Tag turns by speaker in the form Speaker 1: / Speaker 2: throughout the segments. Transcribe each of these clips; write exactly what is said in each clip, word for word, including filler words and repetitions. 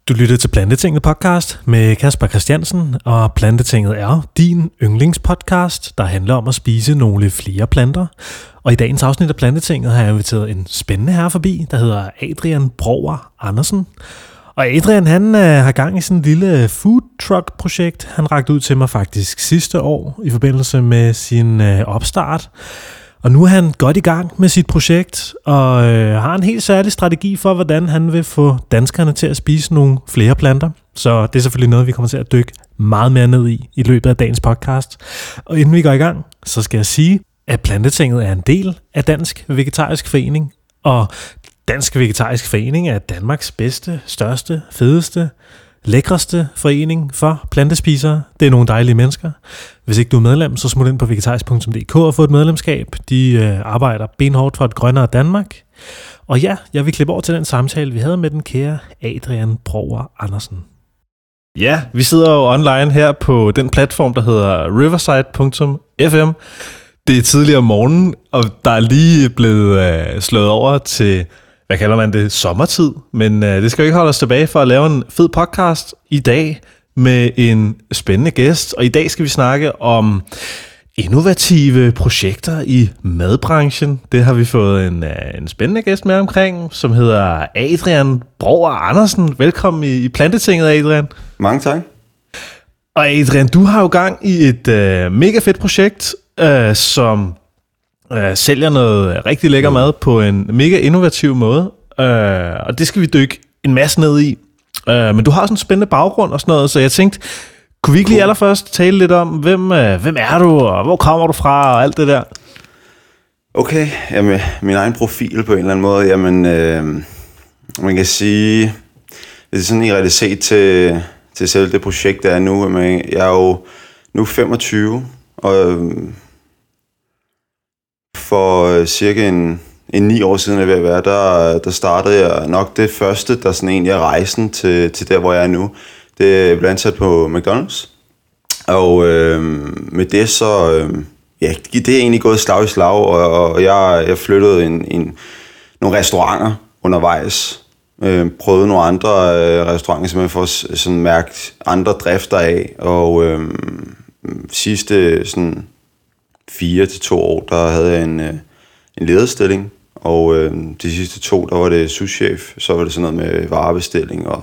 Speaker 1: Du lytter til Plantetinget podcast med Kasper Christiansen, og Plantetinget er din yndlingspodcast, der handler om at spise nogle flere planter. Og i dagens afsnit af Plantetinget har jeg inviteret en spændende herre forbi, der hedder Adrian Broer Andersen. Og Adrian, han øh, har gang i sådan et lille food truck projekt. Han rakte ud til mig faktisk sidste år i forbindelse med sin øh, opstart. Og nu er han godt i gang med sit projekt, og øh, har en helt særlig strategi for, hvordan han vil få danskerne til at spise nogle flere planter. Så det er selvfølgelig noget, vi kommer til at dykke meget mere ned i i løbet af dagens podcast. Og inden vi går i gang, så skal jeg sige, at Plantetinget er en del af Dansk Vegetarisk Forening. Og Dansk Vegetarisk Forening er Danmarks bedste, største, fedeste, lækreste forening for plantespisere. Det er nogle dejlige mennesker. Hvis ikke du er medlem, så smut ind på vegetarisk punktum d k og få et medlemskab. De øh, arbejder benhårdt for et grønnere Danmark. Og ja, jeg vil klippe over til den samtale, vi havde med den kære Adrian Broer Andersen. Ja, vi sidder jo online her på den platform, der hedder riverside punktum f m. Det er tidligere om morgenen, og der er lige blevet øh, slået over til, hvad kalder man det, sommertid. Men øh, det skal jo ikke holde os tilbage for at lave en fed podcast i dag med en spændende gæst. Og i dag skal vi snakke om innovative projekter i madbranchen. Det har vi fået en, en spændende gæst med omkring, som hedder Adrian Broer Andersen. Velkommen i, i Plantetinget, Adrian.
Speaker 2: Mange tak.
Speaker 1: Og Adrian, du har jo gang i et øh, mega fedt projekt, øh, som øh, sælger noget rigtig lækker mad på en mega innovativ måde. Øh, og det skal vi dykke en masse ned i. Øh, men du har sådan en spændende baggrund og sådan noget, så jeg tænkte, kunne vi ikke lige allerførst tale lidt om, hvem, øh, hvem er du, og hvor kommer du fra, og alt det der?
Speaker 2: Okay, jamen, min egen profil på en eller anden måde, jamen, øh, man kan sige, det er sådan ikke rigtig set til, til selv det projekt, der er nu. Men jeg er jo nu femogtyve, og øh, for cirka en, en ni år siden, jeg ved at være, der, der startede jeg nok det første, der sådan egentlig er rejsen til, til der, hvor jeg er nu. Det blev ansat på McDonald's, og øh, med det så, øh, ja, det er egentlig gået slag i slag, og, og jeg, jeg flyttede en, en, nogle restauranter undervejs, øh, prøvede nogle andre øh, restauranter, simpelthen for at sådan mærke andre drifter af, og øh, sidste sådan fire til to år, der havde jeg en, øh, en lederstilling, og øh, de sidste to, der var det souschef, så var det sådan noget med varebestilling og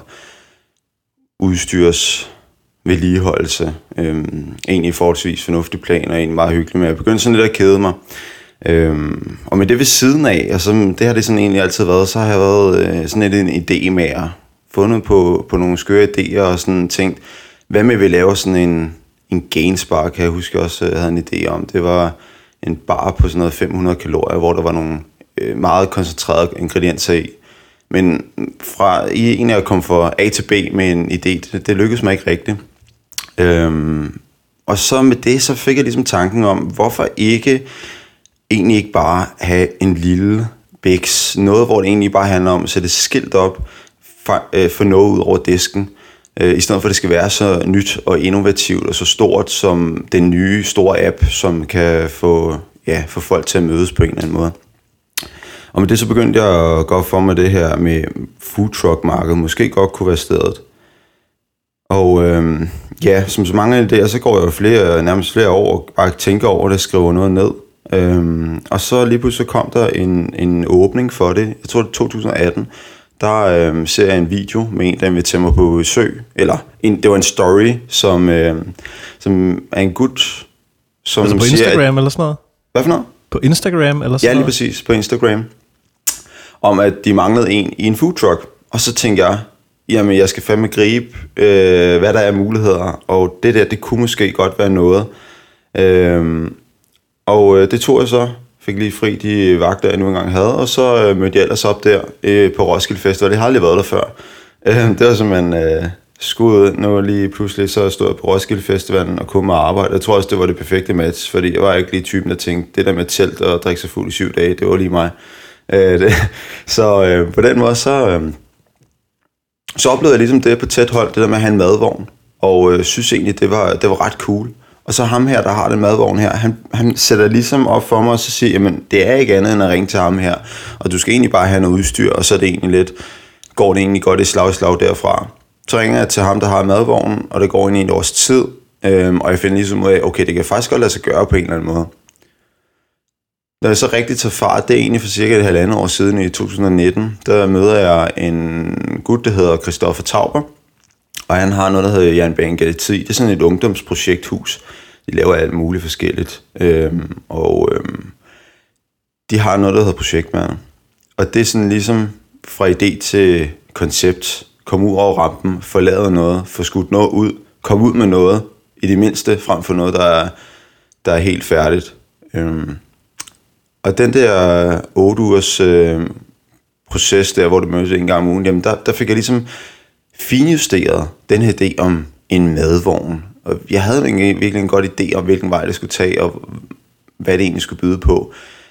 Speaker 2: udstyrs vedligeholdelse. Øhm, egentlig forholdsvis fornuftig plan, og egentlig meget hyggelig, men jeg begyndte sådan lidt at kede mig. Øhm, og med det ved siden af, og så, det har det sådan egentlig altid været, så har jeg været øh, sådan lidt en idémager, fundet på, på nogle skøre idéer, og sådan tænkt, hvad med vi laver sådan en, en gainsbar, kan jeg huske også, jeg havde en idé om. Det var en bar på sådan noget fem hundrede kalorier, hvor der var nogle øh, meget koncentrerede ingredienser i. Men fra i en af at komme fra A til B med en idé, det, det lykkedes mig ikke rigtigt. Øhm, og så med det, så fik jeg ligesom tanken om, hvorfor ikke egentlig ikke bare have en lille bæks, noget hvor det egentlig bare handler om at sætte skilt op for, øh, for noget ud over disken, øh, i stedet for at det skal være så nyt og innovativt og så stort som den nye store app, som kan få, ja, få folk til at mødes på en eller anden måde. Og med det så begyndte jeg at gå for mig det her med food truck markedet, måske godt kunne være stedet. Og øhm, ja, som så mange af det, så går jeg jo flere, nærmest flere år og bare tænker over det, skriver noget ned. Øhm, og så lige pludselig kom der en, en åbning for det. Jeg tror det er to tusind atten. Der øhm, ser jeg en video med en, der inviterer mig på besøg. Eller en, det var en story, som, øhm, som er en gut, som
Speaker 1: altså på
Speaker 2: siger,
Speaker 1: Instagram
Speaker 2: at,
Speaker 1: eller sådan noget?
Speaker 2: Hvad for noget?
Speaker 1: På Instagram eller sådan
Speaker 2: Ja, lige
Speaker 1: noget?
Speaker 2: præcis, på Instagram. Om at de manglede en i en food truck. Og så tænkte jeg, jamen jeg skal fandme gribe, øh, hvad der er muligheder. Og det der, det kunne måske godt være noget. Øh, og øh, det tog jeg så. Fik lige fri de vagter, jeg nu engang havde. Og så øh, mødte jeg ellers op der øh, på Roskilde Festival. Det har aldrig været der før. Øh, det var simpelthen øh, skud nu lige pludselig. Så stod jeg på Roskilde Festivalen og kunne med arbejde. Jeg tror også, det var det perfekte match. Fordi jeg var ikke lige typen, der tænkte, det der med telt og drikke sig fuld i syv dage, det var lige mig. Øh, det, så øh, på den måde, så, øh, så oplevede jeg ligesom det på tæt hold, det der med at have en madvogn. Og øh, synes egentlig, det var, det var ret cool. Og så ham her, der har den madvogn her, han, han sætter ligesom op for mig og så siger, jamen det er ikke andet end at ringe til ham her. Og du skal egentlig bare have noget udstyr, og så er det egentlig lidt, går det egentlig godt i slag i slag derfra. Så ringer jeg til ham, der har madvognen, og det går ind i et års tid, øhm, og jeg finder ligesom ud af, okay, det kan faktisk godt lade sig gøre på en eller anden måde. Da jeg så rigtig tager fart, det er egentlig for cirka et halvandet år siden i to tusind nitten, der møder jeg en gut, der hedder Christoffer Tauber, og han har noget, der hedder Jernbanen Galati. Det er sådan et ungdomsprojekthus. De laver alt muligt forskelligt, øhm, og øhm, de har noget, der hedder projektmærker. Og det er sådan ligesom fra idé til koncept, komme ud over rampen, forlade noget, få skudt noget ud, komme ud med noget, i det mindste, frem for noget, der er, der er helt færdigt. Øhm, og den der otte ugers øh, proces der, hvor du mødes en gang om ugen, jamen der, der fik jeg ligesom finjusteret den her idé om en madvogn. Og jeg havde virkelig en godt idé om, hvilken vej det skulle tage, og hvad det egentlig skulle byde på.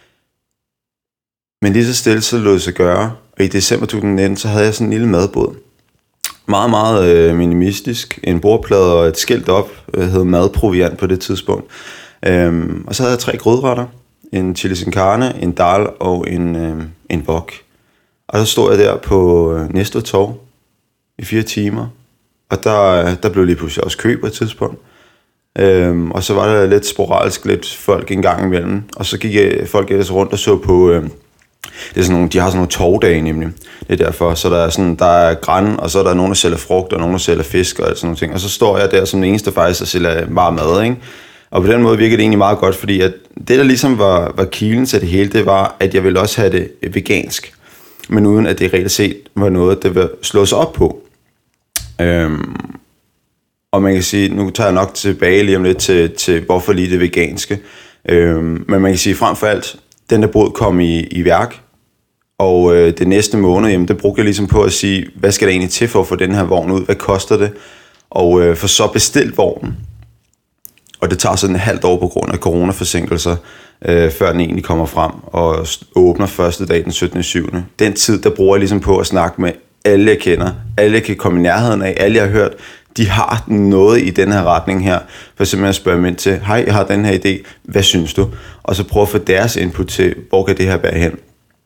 Speaker 2: Men lige så stille, så lod det sig gøre. Og i december to tusind nitten, så havde jeg sådan en lille madbåd. Meget, meget øh, minimalistisk. En bordplade og et skilt op, øh, hed madproviant på det tidspunkt. Øhm, og så havde jeg tre grødretter. En chili sin carne, en dal og en, øh, en wok. Og så stod jeg der på øh, Næstved Torv i fire timer. Og der, der blev lige pludselig også kø på et tidspunkt. Øhm, og så var der lidt sporadisk lidt folk en gang imellem. Og så gik jeg, folk ellers rundt og så på... Øh, det er sådan nogle, de har sådan nogle torvdage nemlig. Det er derfor. Så der er, sådan, der er græn, og så er der nogen, der sælger frugt, og nogen, der sælger fisk og sådan nogle ting. Og så står jeg der som den eneste faktisk, der sælger bare mad, ikke? Og på den måde virkede det egentlig meget godt, fordi at det, der ligesom var, var kilen til det hele, det var, at jeg ville også have det vegansk. Men uden at det reelt set var noget, der ville slå sig op på. Øhm, og man kan sige, nu tager jeg nok tilbage lige om lidt til, til hvorfor lige det veganske. Øhm, men man kan sige frem for alt, den der båd kom i, i værk, og øh, det næste måned, jamen det brugte jeg ligesom på at sige, hvad skal der egentlig til for at få den her vogn ud? Hvad koster det? Og øh, for så bestilt vognen. Og det tager sådan et halvt år på grund af coronaforsinkelser, øh, før den egentlig kommer frem og åbner første dag den syttende syvende Den tid, der bruger jeg ligesom på at snakke med alle, jeg kender. Alle, jeg kan komme i nærheden af. Alle, jeg har hørt, de har noget i den her retning her. For simpelthen at spørge dem ind til, hej, jeg har den her idé. Hvad synes du? Og så prøve at få deres input til, hvor kan det her være hen?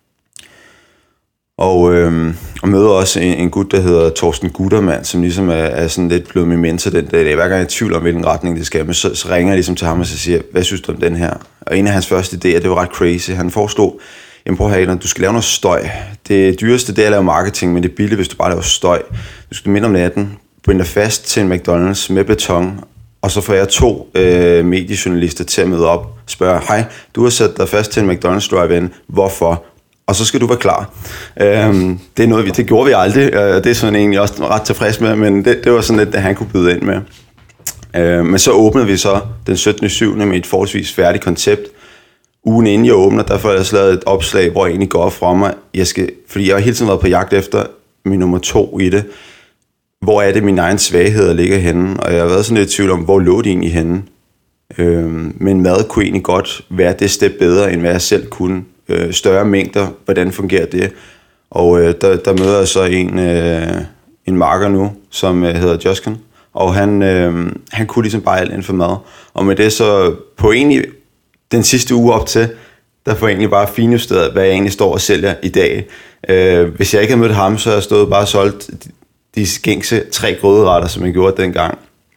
Speaker 2: Og, øhm, og møder også en, en gut, der hedder Torsten Guttermann, som ligesom er, er sådan lidt blevet min mentor den dag. Hver gang jeg er i tvivl om, hvilken retning det skal, men så, så ringer jeg ligesom til ham og så siger, hvad synes du om den her? Og en af hans første idéer, det var ret crazy. Han forestod, jamen prøv at høre, du skal lave noget støj. Det dyreste, det er at lave marketing, men det er billigt, hvis du bare laver støj. Du skal midt om natten, binder fast til en McDonald's med beton, og så får jeg to øh, mediejournalister til at møde op og spørge, hej, du har sat dig fast til en McDonald's drive-in, hvorfor? Og så skal du være klar. Øhm, det, er noget, vi, det gjorde vi aldrig, og det er sådan egentlig også ret tilfreds med, men det, det var sådan lidt, det han kunne byde ind med. Øhm, men så åbnede vi så den syttende syvende med et forholdsvis færdigt koncept. Ugen inden jeg åbner, der får jeg så lavet et opslag, hvor jeg egentlig går op fra mig, jeg skal, fordi jeg har hele tiden været på jagt efter min nummer to i det. Hvor er det, mine egne svagheder ligger henne? Og jeg har været sådan lidt i tvivl om, hvor lå de egentlig henne? Øhm, men mad kunne egentlig godt være det step bedre, end hvad jeg selv kunne. Øh, større mængder, hvordan fungerer det? Og øh, der, der møder jeg så en, øh, en marker nu, som øh, hedder Justin. Og han, øh, han kunne ligesom bare alt inden for mad. Og med det så på egentlig den sidste uge op til, der får jeg egentlig bare finjusteret, hvad jeg egentlig står og sælger i dag. Øh, hvis jeg ikke havde mødt ham, så havde jeg stået bare og solgt de gængse tre grødretter, som jeg gjorde dengang.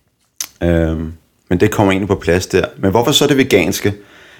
Speaker 2: Øhm, men det kommer egentlig på plads der. Men hvorfor så det veganske?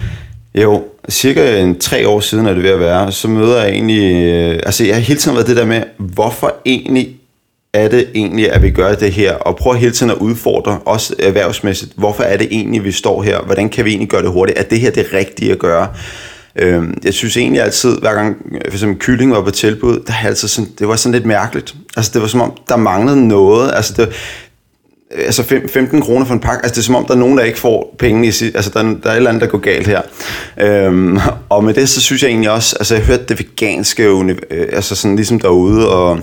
Speaker 2: Jo, cirka en tre år siden er det ved at være, så møder jeg egentlig... Øh, altså, jeg har hele tiden været det der med, hvorfor egentlig er det egentlig, at vi gør det her? Og prøver hele tiden at udfordre, også erhvervsmæssigt. Hvorfor er det egentlig, vi står her? Hvordan kan vi egentlig gøre det hurtigt? Er det her det rigtige at gøre? Øhm, jeg synes egentlig altid, hver gang for eksempel kylling var på tilbud, der havde altid sådan, det var sådan lidt mærkeligt. Altså det var som om, der manglede noget. Altså, det, altså femten kroner for en pakke, altså det er som om, der er nogen, der ikke får penge i sit, altså der, der er et eller andet, der går galt her. Øhm, og med det, så synes jeg egentlig også, altså jeg hørte det veganske, altså sådan ligesom derude, og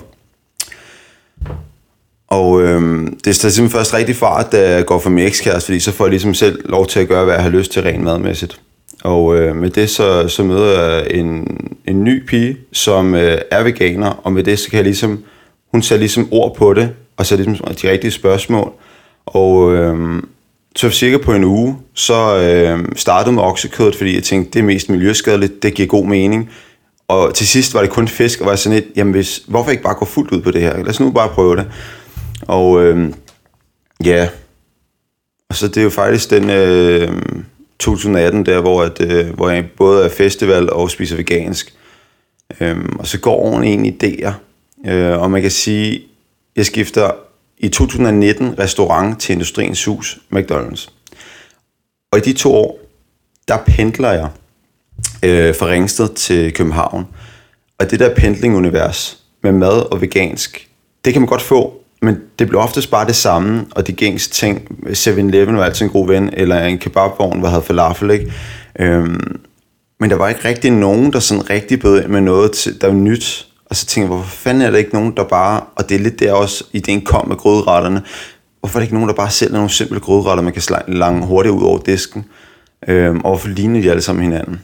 Speaker 2: Og øhm, det er simpelthen først rigtig fart, da jeg går for min ekskæreste, fordi så får jeg ligesom selv lov til at gøre, hvad jeg har lyst til rent madmæssigt. Og øh, med det så, så møder jeg en, en ny pige, som øh, er veganer, og med det så kan jeg ligesom, hun sætter ligesom ord på det, og så ligesom de rigtige spørgsmål. Og øh, så cirka på en uge, så øh, startede med oksekødet, fordi jeg tænkte, det er mest miljøskadeligt, det giver god mening. Og til sidst var det kun fisk, og var sådan lidt, jamen hvis, hvorfor ikke bare gå fuldt ud på det her? Lad os nu bare prøve det. Og øh, ja, og så det er jo faktisk den øh, to tusind atten der, hvor, at, øh, hvor jeg både er festival og spiser vegansk. Øh, og så går årene ind i idéer. Øh, og man kan sige, jeg skifter i to tusind nitten restaurant til Industriens Hus, McDonald's. Og i de to år, der pendler jeg øh, fra Ringsted til København. Og det der pendlingunivers med mad og vegansk, det kan man godt få, men det bliver oftest bare det samme, og de gængse ting, seven eleven var altid en god ven, eller en kebabvogn, hvor havde falafel, ikke? Øhm, men der var ikke rigtig nogen, der sådan rigtig bød med noget, til, der var nyt. Og så tænkte jeg, hvorfor fanden er der ikke nogen, der bare, og det er lidt der også, ideen kom med grødretterne, hvorfor er der ikke nogen, der bare sælger nogle simple grødretter, man kan lange hurtigt ud over disken, øhm, og hvorfor ligner de alle sammen hinanden?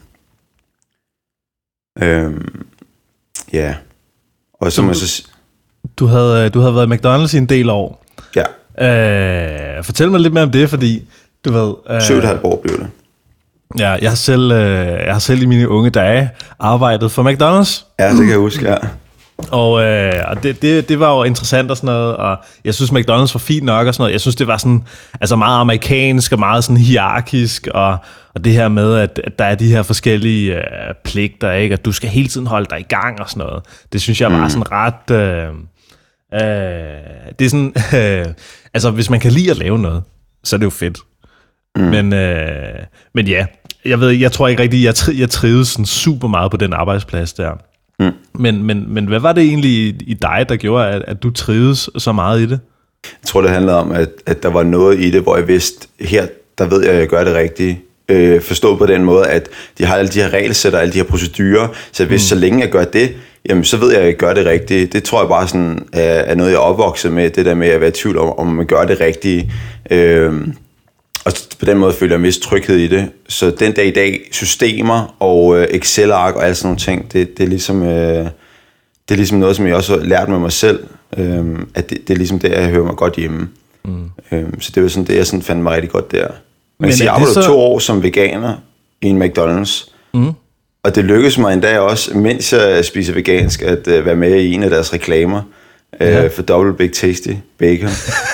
Speaker 2: Øhm, ja, og så må jeg så...
Speaker 1: Du havde, du havde været i McDonald's i en del år.
Speaker 2: Ja.
Speaker 1: Øh, fortæl mig lidt mere om det, fordi du ved... Øh,
Speaker 2: Syv og et halvt år blev det.
Speaker 1: Ja, jeg har, selv, øh, jeg har selv i mine unge dage arbejdet for McDonald's.
Speaker 2: Ja, det kan jeg huske, ja.
Speaker 1: Og, øh, og det, det, det var jo interessant og sådan noget, og jeg synes McDonald's var fint nok og sådan noget. Jeg synes det var sådan, altså meget amerikansk og meget sådan hierarkisk, og, og det her med, at, at der er de her forskellige øh, pligter, ikke? At du skal hele tiden holde dig i gang og sådan noget. Det synes jeg var mm. sådan ret... Øh, øh, det er sådan... Øh, altså, hvis man kan lide at lave noget, så er det jo fedt. Mm. Men, øh, men ja, jeg ved, jeg tror ikke rigtig, jeg, tri- jeg trives sådan super meget på den arbejdsplads der. Mm. Men, men, men hvad var det egentlig i, i dig, der gjorde, at, at du trives så meget i det?
Speaker 2: Jeg tror, det handlede om, at, at der var noget i det, hvor jeg vidste, her, der ved jeg, at jeg gør det rigtigt. Øh, forstået på den måde, at de har alle de her regelsæt og alle de her procedurer, så hvis mm. så længe jeg gør det, jamen så ved jeg, at jeg gør det rigtigt. Det tror jeg bare sådan er, er noget, jeg er opvokset med, det der med at være i tvivl om, om man gør det rigtige. Øh, Og på den måde føler jeg mest tryghed i det. Så den dag i dag, systemer og øh, Excel-ark og alle sådan nogle ting, det, det, er ligesom, øh, det er ligesom noget, som jeg også har lært med mig selv, øh, at det, det er ligesom det, jeg hører mig godt hjemme. Mm. Øh, så det var sådan det, jeg sådan fandt mig rigtig godt der. Men jeg arbejdede så... to år som veganer i en McDonald's, mm. og det lykkedes mig endda også, mens jeg spiser vegansk, at øh, være med i en af deres reklamer øh, ja. for Double Big Tasty Bacon.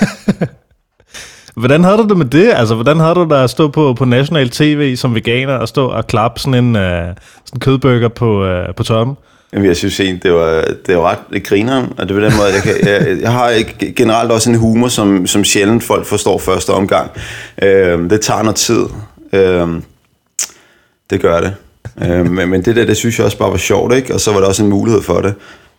Speaker 1: Hvordan havde du det med det? Altså, hvordan havde du da at stå på, på national tv som veganer og stå og klappe sådan en uh, sådan en kødburger på, uh, på toppen?
Speaker 2: Jamen, jeg synes egentlig, det var, det var ret grineren, og det var den måde, jeg, kan, jeg, jeg har generelt også en humor, som, som sjældent folk forstår første omgang. Øh, det tager noget tid. Øh, det gør det. Øh, men, men det der, det synes jeg også bare var sjovt, ikke? Og så var der også en mulighed for det.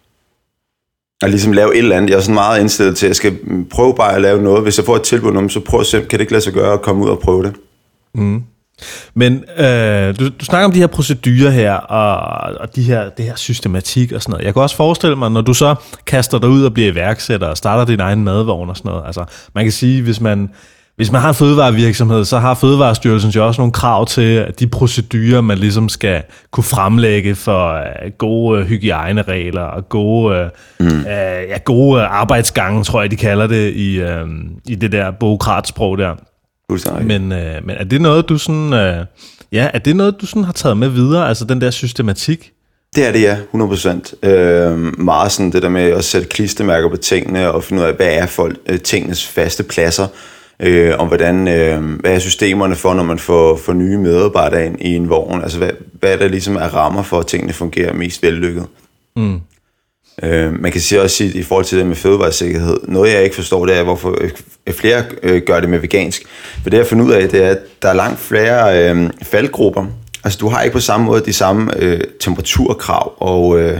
Speaker 2: At ligesom lave et eller andet. Jeg er sådan meget indstillet til, at jeg skal prøve bare at lave noget. Hvis jeg får et tilbud om, så prøv at se, kan det ikke lade sig gøre at komme ud og prøve det.
Speaker 1: Mm. Men øh, du, du snakker om de her procedurer her, og, og de her, det her systematik og sådan noget. Jeg kan også forestille mig, når du så kaster dig ud og bliver iværksætter og starter din egen madvogn og sådan noget. Altså, man kan sige, hvis man... Hvis man har en fødevarevirksomhed, så har Fødevarestyrelsen jo også nogle krav til de procedurer, man ligesom skal kunne fremlægge for gode hygiejneregler og gode, mm. øh, ja, gode arbejdsgange, tror jeg, de kalder det i, øh, i det der bureaukratsprog der. Men, øh, men er det noget, du sådan, øh, ja, er det noget, du sådan har taget med videre, altså den der systematik?
Speaker 2: Det er det, ja, hundrede procent. Øh, meget sådan det der med at sætte klistermærker på tingene og finde ud af, hvad er folk, øh, tingenes faste pladser. Øh, om hvordan, øh, hvad er systemerne for, når man får, får nye medarbejdere ind i en vogn, altså hvad, hvad der ligesom er rammer for, at tingene fungerer mest vellykket. Mm. Øh, man kan sige også sige, i forhold til det med fødevaresikkerhed, noget jeg ikke forstår, det er, hvorfor flere øh, gør det med vegansk. For det jeg finder ud af, det er, at der er langt flere øh, faldgrupper. Altså du har ikke på samme måde de samme øh, temperaturkrav og øh,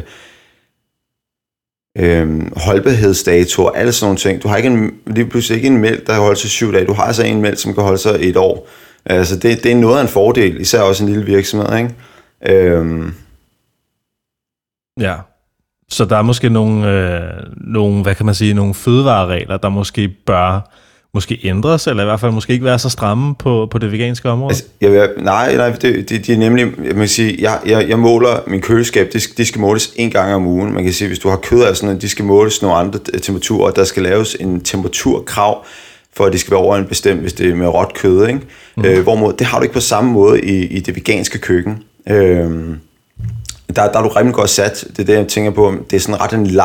Speaker 2: Øhm, holdbarhedsdatoer, alle sådan nogle ting. Du har ikke en, lige pludselig ikke en mælk, der kan holde sig syv dage. Du har altså en mælk, som kan holde sig et år. Altså det, det er noget af en fordel, især også en lille virksomhed, ikke? Øhm.
Speaker 1: Ja, så der er måske nogle, øh, nogle, hvad kan man sige, nogle fødevareregler, der måske bør måske ændres, eller i hvert fald måske ikke være så stramme på, på det veganske område? Altså,
Speaker 2: jeg, nej, nej det, det, de er nemlig, jeg kan sige, jeg, jeg, jeg måler min køleskab, de, de skal måles en gang om ugen. Man kan sige, hvis du har kød af sådan, de skal måles nogle andre temperaturer, og der skal laves en temperaturkrav, for at de skal være over en bestemt, hvis det er med råt kød, ikke? Mm. Øh, hvorimod, det har du ikke på samme måde i, i det veganske køkken. Øh, der, der er du rimelig godt sat, det er det, jeg tænker på, det er sådan ret en leg.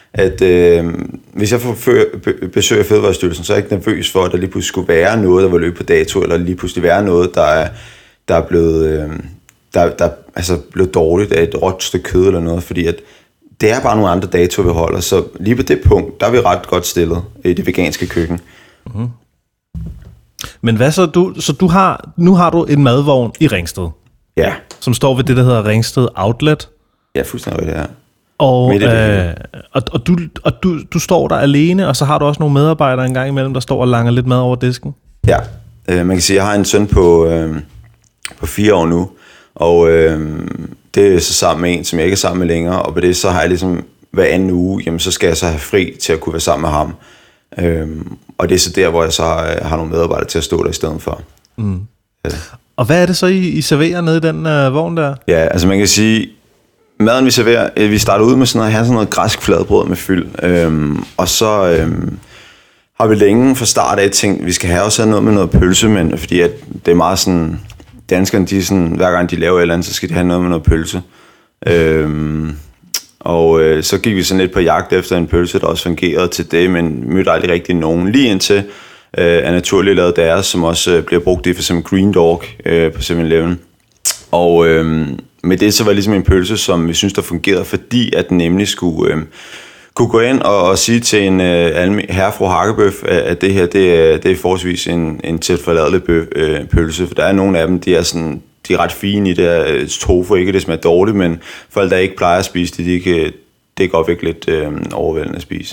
Speaker 2: at øh, hvis jeg får besøg af Fødevarestyrelsen, så er jeg ikke nervøs for, at der lige pludselig skulle være noget, der var løbet på dato, eller lige pludselig være noget, der er, der er blevet, øh, der, der, altså blevet dårligt af et råt stykke kød eller noget, fordi at det er bare nogle andre datoer, vi holder, så lige på det punkt, der er vi ret godt stillet i det veganske køkken. Mm-hmm.
Speaker 1: Men hvad så, du, så du har, nu har du en madvogn i Ringsted?
Speaker 2: Ja.
Speaker 1: Som står ved det, der hedder Ringsted Outlet?
Speaker 2: Ja, fuldstændig rigtigt, ja.
Speaker 1: Og, øh, og, og, du, og du, du står der alene, og så har du også nogle medarbejdere en gang imellem, der står og langer lidt mad over disken?
Speaker 2: Ja, øh, man kan sige, at jeg har en søn på, øh, på fire år nu, og øh, det er så sammen med en, som jeg ikke er sammen med længere, og på det så har jeg ligesom hver anden uge, jamen så skal jeg så have fri til at kunne være sammen med ham. Øh, og det er så der, hvor jeg så har, har nogle medarbejdere til at stå der i stedet for. Mm. Ja.
Speaker 1: Og hvad er det så, I, I serverer nede i den øh, vogn der?
Speaker 2: Ja, altså man kan sige, maden vi serverer, vi starter ud med sådan noget, have sådan noget græsk fladbrød med fyld, øhm, og så øhm, har vi længe fra start af tænkt, vi skal have også noget med noget pølse, men fordi at det er meget sådan, danskerne, de sådan, hver gang de laver et eller andet, så skal de have noget med noget pølse. Øhm, og øh, så gik vi sådan lidt på jagt efter en pølse, der også fungerede til det, men mødte aldrig rigtig nogen, lige indtil øh, er naturligt lavet deres, som også øh, bliver brugt i for eksempel Green Dog øh, på syv eleven. Og øh, med det så var det ligesom en pølse, som vi synes, der fungerede, fordi at den nemlig skulle øh, kunne gå ind og, og sige til en øh, herre fru Hakkebøf, at det her det er, det er forholdsvis en, en tilforladelig bøf, øh, pølse, for der er nogle af dem, de er, sådan, de er ret fine i det her tofu, ikke det smager dårligt, men folk, der ikke plejer at spise det, de kan, det kan godt væk lidt øh, overvældende at spise.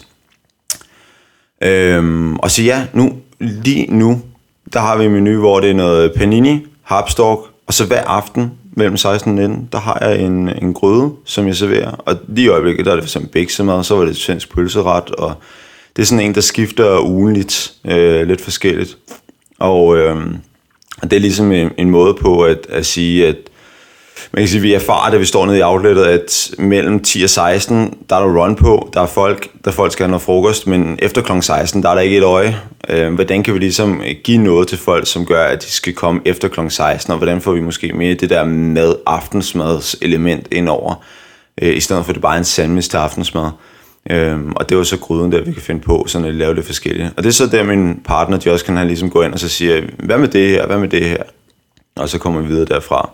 Speaker 2: Øhm, og så ja, nu, lige nu, der har vi en menu, hvor det er noget panini, harpstork, og så hver aften mellem seksten og nitten, der har jeg en, en grøde, som jeg serverer. Og lige i øjeblikket, der er det for eksempel biksemad, så var det svensk pølseret, og det er sådan en, der skifter ugenligt, øh, lidt forskelligt. Og øh, det er ligesom en, en måde på at, at sige, at man kan sige, at vi erfarer, da vi står nede i outlettet, at mellem ti og seksten, der er der run på, der er folk, der folk skal have noget frokost, men efter klokken seksten, der er der ikke et øje. Øh, hvordan kan vi ligesom give noget til folk, som gør, at de skal komme efter klokken seksten, og hvordan får vi måske mere det der mad, aftensmads element indover, øh, i stedet for det bare en sandwich til aftensmad. Øh, og det var så gryden der, vi kan finde på, sådan at lave det forskelligt. Og det er så der, min partner, de også kan have ligesom gå ind og så sige, hvad med det her, hvad med det her? Og så kommer vi videre derfra.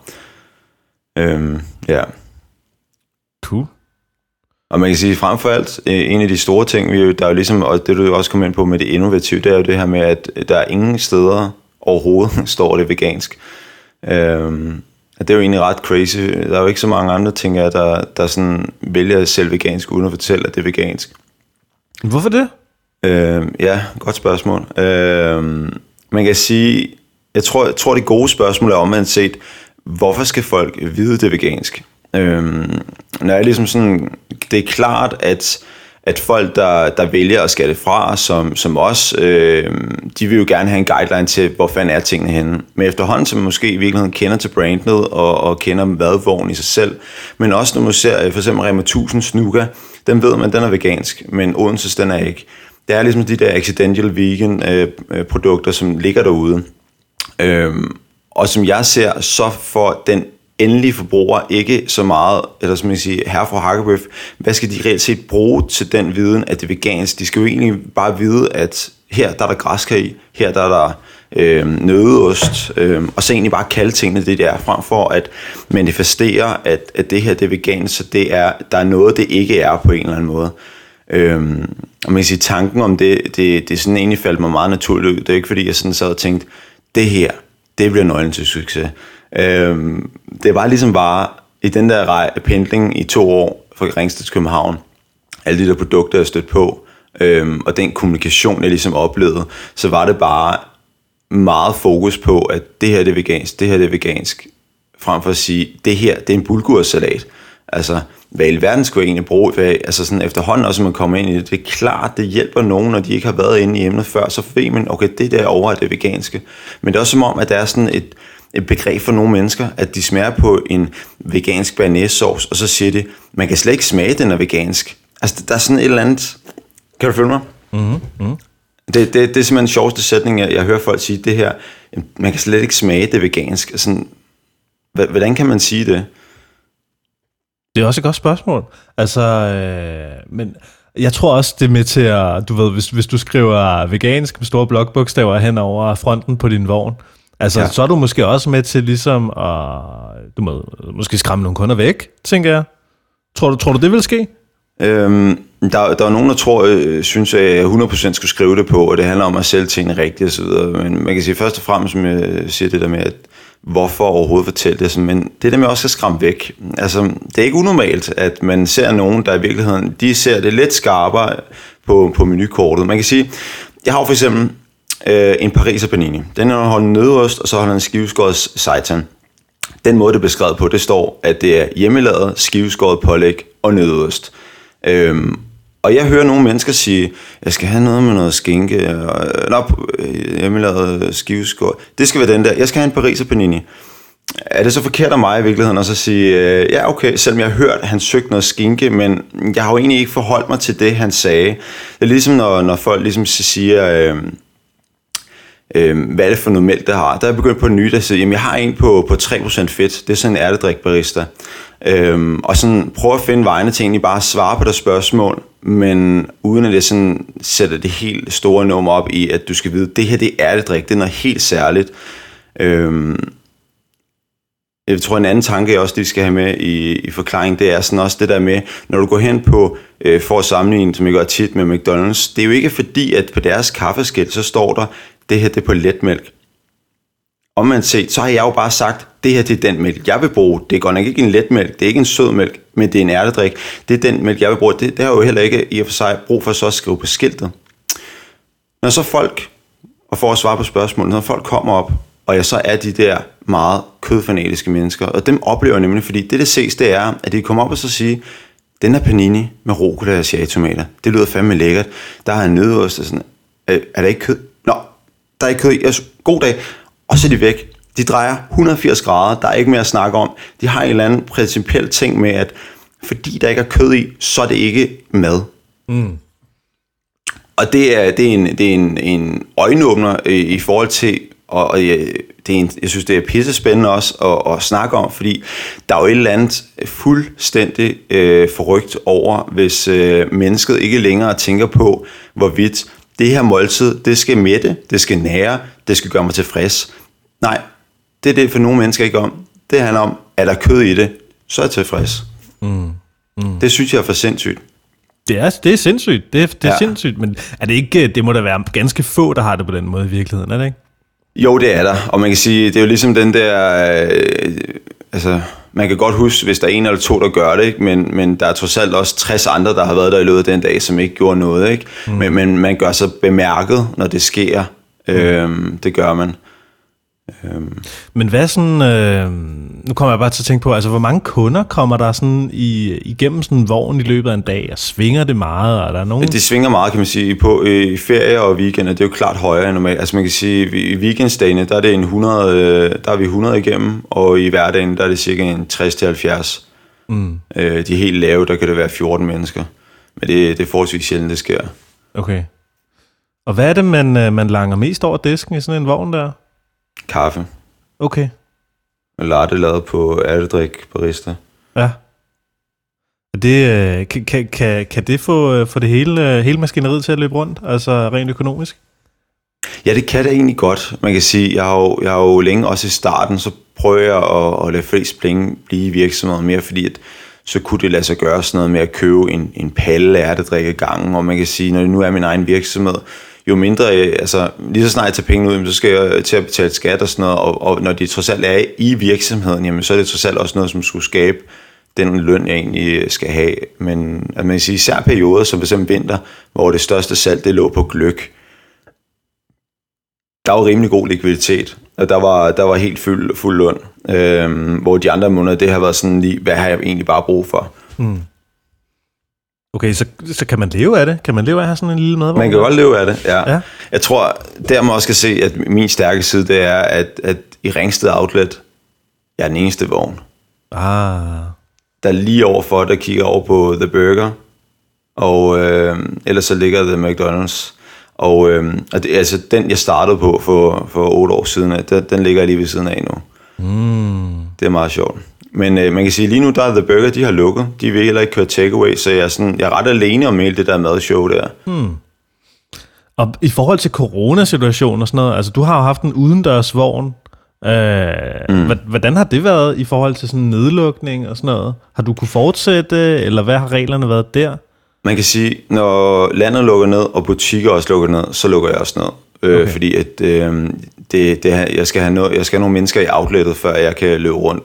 Speaker 2: Øhm, ja.
Speaker 1: Cool.
Speaker 2: Og man kan sige, frem for alt, en af de store ting, vi, der er jo ligesom, og det du også kom ind på med det innovative, det er jo det her med, at der er ingen steder overhovedet, står det vegansk. Øhm, og det er jo egentlig ret crazy. Der er jo ikke så mange andre ting, der, der sådan vælger at sælge vegansk, uden at fortælle, at det er vegansk.
Speaker 1: Hvorfor det?
Speaker 2: Øhm, ja, godt spørgsmål. Øhm, man kan sige, jeg tror, jeg tror det gode spørgsmål er omvendt set, hvorfor skal folk vide det vegansk? Øhm, når jeg ligesom sådan, det er klart, at, at folk, der, der vælger at skære det fra, som, som os, øh, de vil jo gerne have en guideline til, hvor fanden er tingene henne. Men efterhånden, som måske i virkeligheden kender til brandet, og, og kender madvognen i sig selv, men også når man ser for eksempel Rema tusind Snuga, den ved man, den er vegansk, men Odenses, den er ikke. Det er ligesom de der accidental vegan øh, produkter, som ligger derude. Øhm, Og som jeg ser, så får den endelige forbruger ikke så meget, eller som jeg siger, herre fra Hakkebøf, hvad skal de reelt set bruge til den viden, at det er vegansk? De skal jo egentlig bare vide, at her der er der græskar i, her der er der øh, nøddeost, øh, og så egentlig bare kalde tingene det der, frem for at manifestere, at, at det her det er vegansk, så det er, der er noget, det ikke er på en eller anden måde. Øhm, og man kan sige, tanken om det, det, det sådan egentlig faldt mig meget naturligt ud. Det er ikke fordi, jeg sådan sad og tænkte, det her, det bliver nøglen til succes. Øhm, det var ligesom bare i den der rej, pendling i to år fra Ringsted til København, alle de der produkter, jeg stødte på, øhm, og den kommunikation, jeg ligesom oplevede, så var det bare meget fokus på, at det her det er vegansk, det her det er vegansk, frem for at sige, det her det er en bulgursalat. Altså, hvad i verden skulle jeg egentlig bruge? Hvad, altså sådan efterhånden også, man kommer ind i det, det er klart, det hjælper nogen, når de ikke har været inde i emnet før, så ved man, okay, det der over er det veganske. Men det er også som om, at der er sådan et, et begreb for nogle mennesker, at de smager på en vegansk bearnaisesauce, og så siger de, man kan slet ikke smage, den er vegansk. Altså, der er sådan et eller andet. Kan du følge mig?
Speaker 1: Mm-hmm. Mm-hmm.
Speaker 2: Det, det, det er simpelthen den sjoveste sætning, jeg, jeg hører folk sige, det her, man kan slet ikke smage det vegansk. Altså, hvordan kan man sige det?
Speaker 1: Det er også et godt spørgsmål. Altså, øh, men Jeg tror også, det er med til at, du ved, hvis, hvis du skriver vegansk med store blokbogstaver hen over fronten på din vogn, altså, ja. Så er du måske også med til ligesom at, du må måske skræmme nogle kunder væk, tænker jeg. Tror du, tror du det vil ske?
Speaker 2: Øhm, der, der er nogen, der tror, øh, synes, at jeg hundrede procent skulle skrive det på, og det handler om at sælge tingene rigtigt og så videre. Men man kan sige først og fremmest, som jeg siger det der med, at hvorfor overhovedet fortælle det, men det der med også at skræmme væk. Altså, det er ikke unormalt, at man ser nogen, der i virkeligheden, de ser det lidt skarpere på, på menukortet. Man kan sige, jeg har for eksempel øh, en Pariser panini. Den har holdt en nøddeost, og så har den en skiveskåret seitan. Den måde, det er beskrevet på, det står, at det er hjemmelavet, skiveskåret pålæg og nøddeost. Øhm, og jeg hører nogle mennesker sige, jeg skal have noget med noget skinke, og, nå, hjemmelavet skiveskåret. Det skal være den der. Jeg skal have en Pariser panini. Er det så forkert af mig i virkeligheden at så sige, øh, ja okay, selvom jeg har hørt, at han søgte noget skinke, men jeg har jo egentlig ikke forholdt mig til det, han sagde. Det er ligesom, når, når folk ligesom siger, øh, øh, hvad er det for noget mælk, der har. Der er jeg begyndt på en ny, der siger, jamen jeg har en på, på tre procent fedt, det er sådan en ærtedrik barista. Øhm, og sådan prøve at finde vejene til egentlig bare at svare på det spørgsmål, men uden at det sådan sætter det helt store nummer op i, at du skal vide, det her det er ærtedrik, det er noget helt særligt. Øhm, jeg tror en anden tanke jeg også lige skal have med i, i forklaringen, det er sådan også det der med, når du går hen på, øh, for at sammenligne, som jeg gør tit med McDonald's, det er jo ikke fordi, at på deres kaffeskilt, så står der, det her det er på letmælk. Omvendt set, så har jeg jo bare sagt, det her det er den mælk, jeg vil bruge. Det er godt nok ikke en letmælk, det er ikke en sødmælk, men det er en ærtedrik. Det er den mælk, jeg vil bruge. Det, det har jo heller ikke i og for sig brug for så at skrive på skiltet. Når så folk, og for at svare på spørgsmålet, når folk kommer op, og jeg så er de der meget kødfanatiske mennesker, og dem oplever jeg nemlig, fordi det der ses, det er, at de kommer op og så siger, den her panini med rucola og cherrytomater, det lyder fandme lækkert. Der er en nøddeost og sådan, er, er der ikke kød? Nå, der er ikke kød i. God dag. Og så er de væk. De drejer et hundrede og firs grader, der er ikke mere at snakke om. De har en eller anden principiel ting med, at fordi der ikke er kød i, så er det ikke mad. Mm. Og det er, det er, en, det er en, en øjenåbner i, i forhold til, og, og jeg, det er en, jeg synes, det er pissespændende også at, at snakke om, fordi der er jo et eller andet fuldstændig øh, forrygt over, hvis øh, mennesket ikke længere tænker på, hvorvidt det her måltid, det skal mætte, det skal nære, det skal gøre mig tilfreds. Nej, det er det for nogle mennesker ikke om. Det handler om, er der kød i det, så er jeg tilfreds. Mm. Mm. Det synes jeg er for sindssygt.
Speaker 1: Det er, det er sindssygt, det er, det er ja. sindssygt, men er det ikke, det må da være ganske få, der har det på den måde i virkeligheden, er det ikke?
Speaker 2: Jo, det er der, og man kan sige, det er jo ligesom den der, øh, altså, man kan godt huske, hvis der er en eller to, der gør det, ikke? Men, men der er trods alt også tres andre, der har været der i løbet af den dag, som ikke gjorde noget, ikke? Mm. Men, men man gør sig bemærket, når det sker. Mm. Øhm, det gør man. Øhm.
Speaker 1: Men hvad sådan, øh, nu kommer jeg bare til at tænke på, altså hvor mange kunder kommer der sådan i, igennem sådan en vogn i løbet af en dag, og svinger det meget, og er der nogen?
Speaker 2: Det svinger meget, kan man sige, på i ferie og weekender, det er jo klart højere end normalt. Altså man kan sige, i weekendsdagene, der er det en hundrede, der er vi hundrede igennem, og i hverdagen, der er det cirka en tres til halvfjerds. Mm. Øh, de helt lave, der kan det være fjorten mennesker, men det, det er forholdsvis sjældent, det sker.
Speaker 1: Okay. Og hvad er det, man, man langer mest over disken i sådan en vogn der?
Speaker 2: Kaffe.
Speaker 1: Okay.
Speaker 2: Og latte lavet på ærtedrik barista.
Speaker 1: Ja. Det, kan, kan, kan det få, få det hele, hele maskineriet til at løbe rundt, altså rent økonomisk?
Speaker 2: Ja, det kan det egentlig godt. Man kan sige, jeg har jo, jeg har jo længe også i starten, så prøver jeg at, at lade flest penge blive i virksomheden mere, fordi at, så kunne det lade sig gøre sådan noget med at købe en, en palle ærtedrik ad gangen, og man kan sige, når det nu er min egen virksomhed, jo mindre, altså lige så snart jeg tager penge ud, så skal jeg til at betale skat og sådan noget, og, og når de trods alt er i virksomheden, jamen så er det trods alt også noget, som skulle skabe den løn, jeg egentlig skal have. Men at man kan sige, især perioder, som f.eks. vinter, hvor det største salg, det lå på gløgg, der var rimelig god likviditet, og der var, der var helt fuld, fuld løn, øhm, hvor de andre måneder, det har været sådan lige, hvad har jeg egentlig bare brug for? Mm.
Speaker 1: Okay, så, så kan man leve af det? Kan man leve af at have sådan en lille madvogn?
Speaker 2: Man kan godt leve af det, ja. ja. Jeg tror, der man også skal se, at min stærke side, det er, at, at i Ringsted Outlet, jeg er den eneste vogn.
Speaker 1: Ah.
Speaker 2: Der er lige overfor, der kigger over på The Burger, og øh, ellers så ligger The McDonald's. Og, øh, og det, altså den, jeg startede på for, for otte år siden, den, den ligger lige ved siden af nu. Mm. Det er meget sjovt. Men øh, man kan sige, lige nu der er The Burger, de har lukket. De vil heller ikke køre takeaway, så jeg er, sådan, jeg er ret alene om hele det der madshow der.
Speaker 1: Hmm. Og i forhold til coronasituationen og sådan noget, altså du har jo haft en udendørsvogn. Øh, mm. Hvordan har det været i forhold til sådan nedlukning og sådan noget? Har du kunne fortsætte, eller hvad har reglerne været der?
Speaker 2: Man kan sige, når landet lukker ned, og butikker også lukker ned, så lukker jeg også ned. Okay. Øh, fordi at, øh, det, det, jeg, skal have noget, jeg skal have nogle mennesker i outlettet, før jeg kan løbe rundt.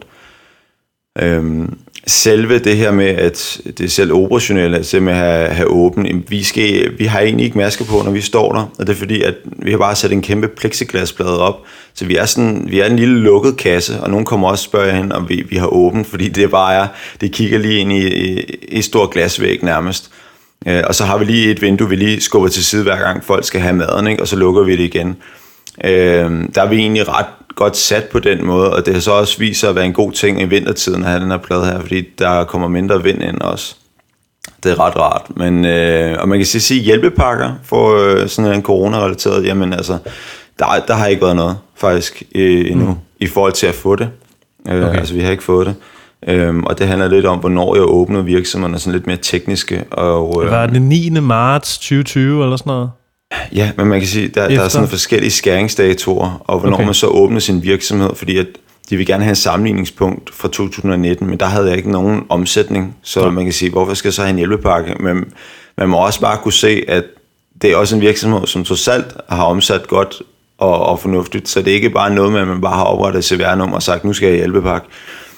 Speaker 2: Øh, selve det her med, at det er selv operationelle, altså med at have, have åbent, vi, skal, vi har egentlig ikke masker på, når vi står der, og det er fordi, at vi har bare sat en kæmpe plexiglasplade op, så vi er, sådan, vi er en lille lukket kasse, og nogen kommer også og spørger hen, om vi, vi har åbent, fordi det bare er, det kigger lige ind i, i, i stor glasvæg nærmest. Øh, og så har vi lige et vindue, vi lige skubber til side, hver gang folk skal have maden, ikke? Og så lukker vi det igen. Øh, der er vi egentlig ret godt sat på den måde, og det har så også vist sig at være en god ting i vintertiden at have den her plade her, fordi der kommer mindre vind ind også. Det er ret rart. Men, øh, og man kan sige, hjælpepakker for øh, sådan en corona-relateret, jamen altså, der, der har ikke været noget faktisk øh, endnu, mm. i forhold til at få det. Øh, okay. Altså vi har ikke fået det. Øhm, og det handler lidt om, hvornår jeg åbner virksomhederne, sådan lidt mere tekniske. Og, øh,
Speaker 1: var det niende marts tyve tyve eller sådan noget?
Speaker 2: Ja, men man kan sige, der, der er sådan forskellige skæringsdatoer, og hvornår okay. man så åbner sin virksomhed, fordi at de vil gerne have en sammenligningspunkt fra to tusind nitten, men der havde jeg ikke nogen omsætning, så ja. Man kan sige, hvorfor skal jeg så have en hjælpepakke? Men man må også bare kunne se, at det er også en virksomhed, som trods alt har omsat godt og, og fornuftigt, så det er ikke bare noget med, at man bare har oprettet C V R-nummer og sagt, nu skal jeg hjælpepakke.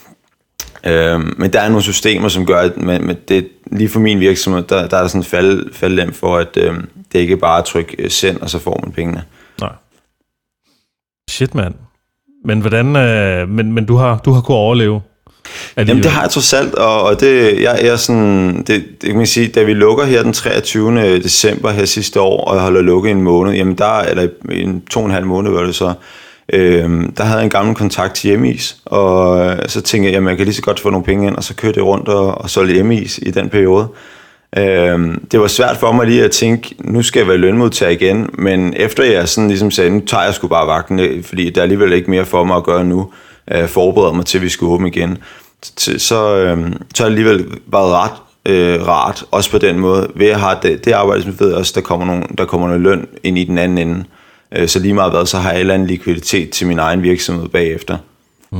Speaker 2: Øhm, men der er nogle systemer, som gør, at med, med det, lige for min virksomhed, der, der er der sådan en fald, faldlem for, at øhm, det ikke bare er at trykke send, og så får man pengene. Nej.
Speaker 1: Shit, mand. Men hvordan, øh, men, men du har, du har kunnet overleve?
Speaker 2: Jamen det har jeg trods alt, og, og det, jeg er sådan, det, det kan man sige, da vi lukker her den treogtyvende december her sidste år, og holder lukket en måned, jamen der, eller en to og en halv måned var det så, Øhm, der havde jeg en gammel kontakt til Hjemmeis, og så tænkte jeg, jamen jeg kan lige så godt få nogle penge ind, og så kørte jeg rundt og, og solgte Hjemmeis i den periode. Øhm, det var svært for mig lige at tænke, nu skal jeg være lønmodtager igen, men efter jeg sådan ligesom sagde, nu tager jeg sgu bare vagten, fordi der er alligevel ikke mere for mig at gøre nu, øh, forbereder mig til, at vi skal åbne igen, så, så, øh, så har det alligevel været ret øh, rart, også på den måde, ved at have det, det arbejde, som ved også, der kommer, nogle, der kommer noget løn ind i den anden ende. Så lige meget hvad, så har jeg en eller anden likviditet til min egen virksomhed bagefter.
Speaker 1: Mm.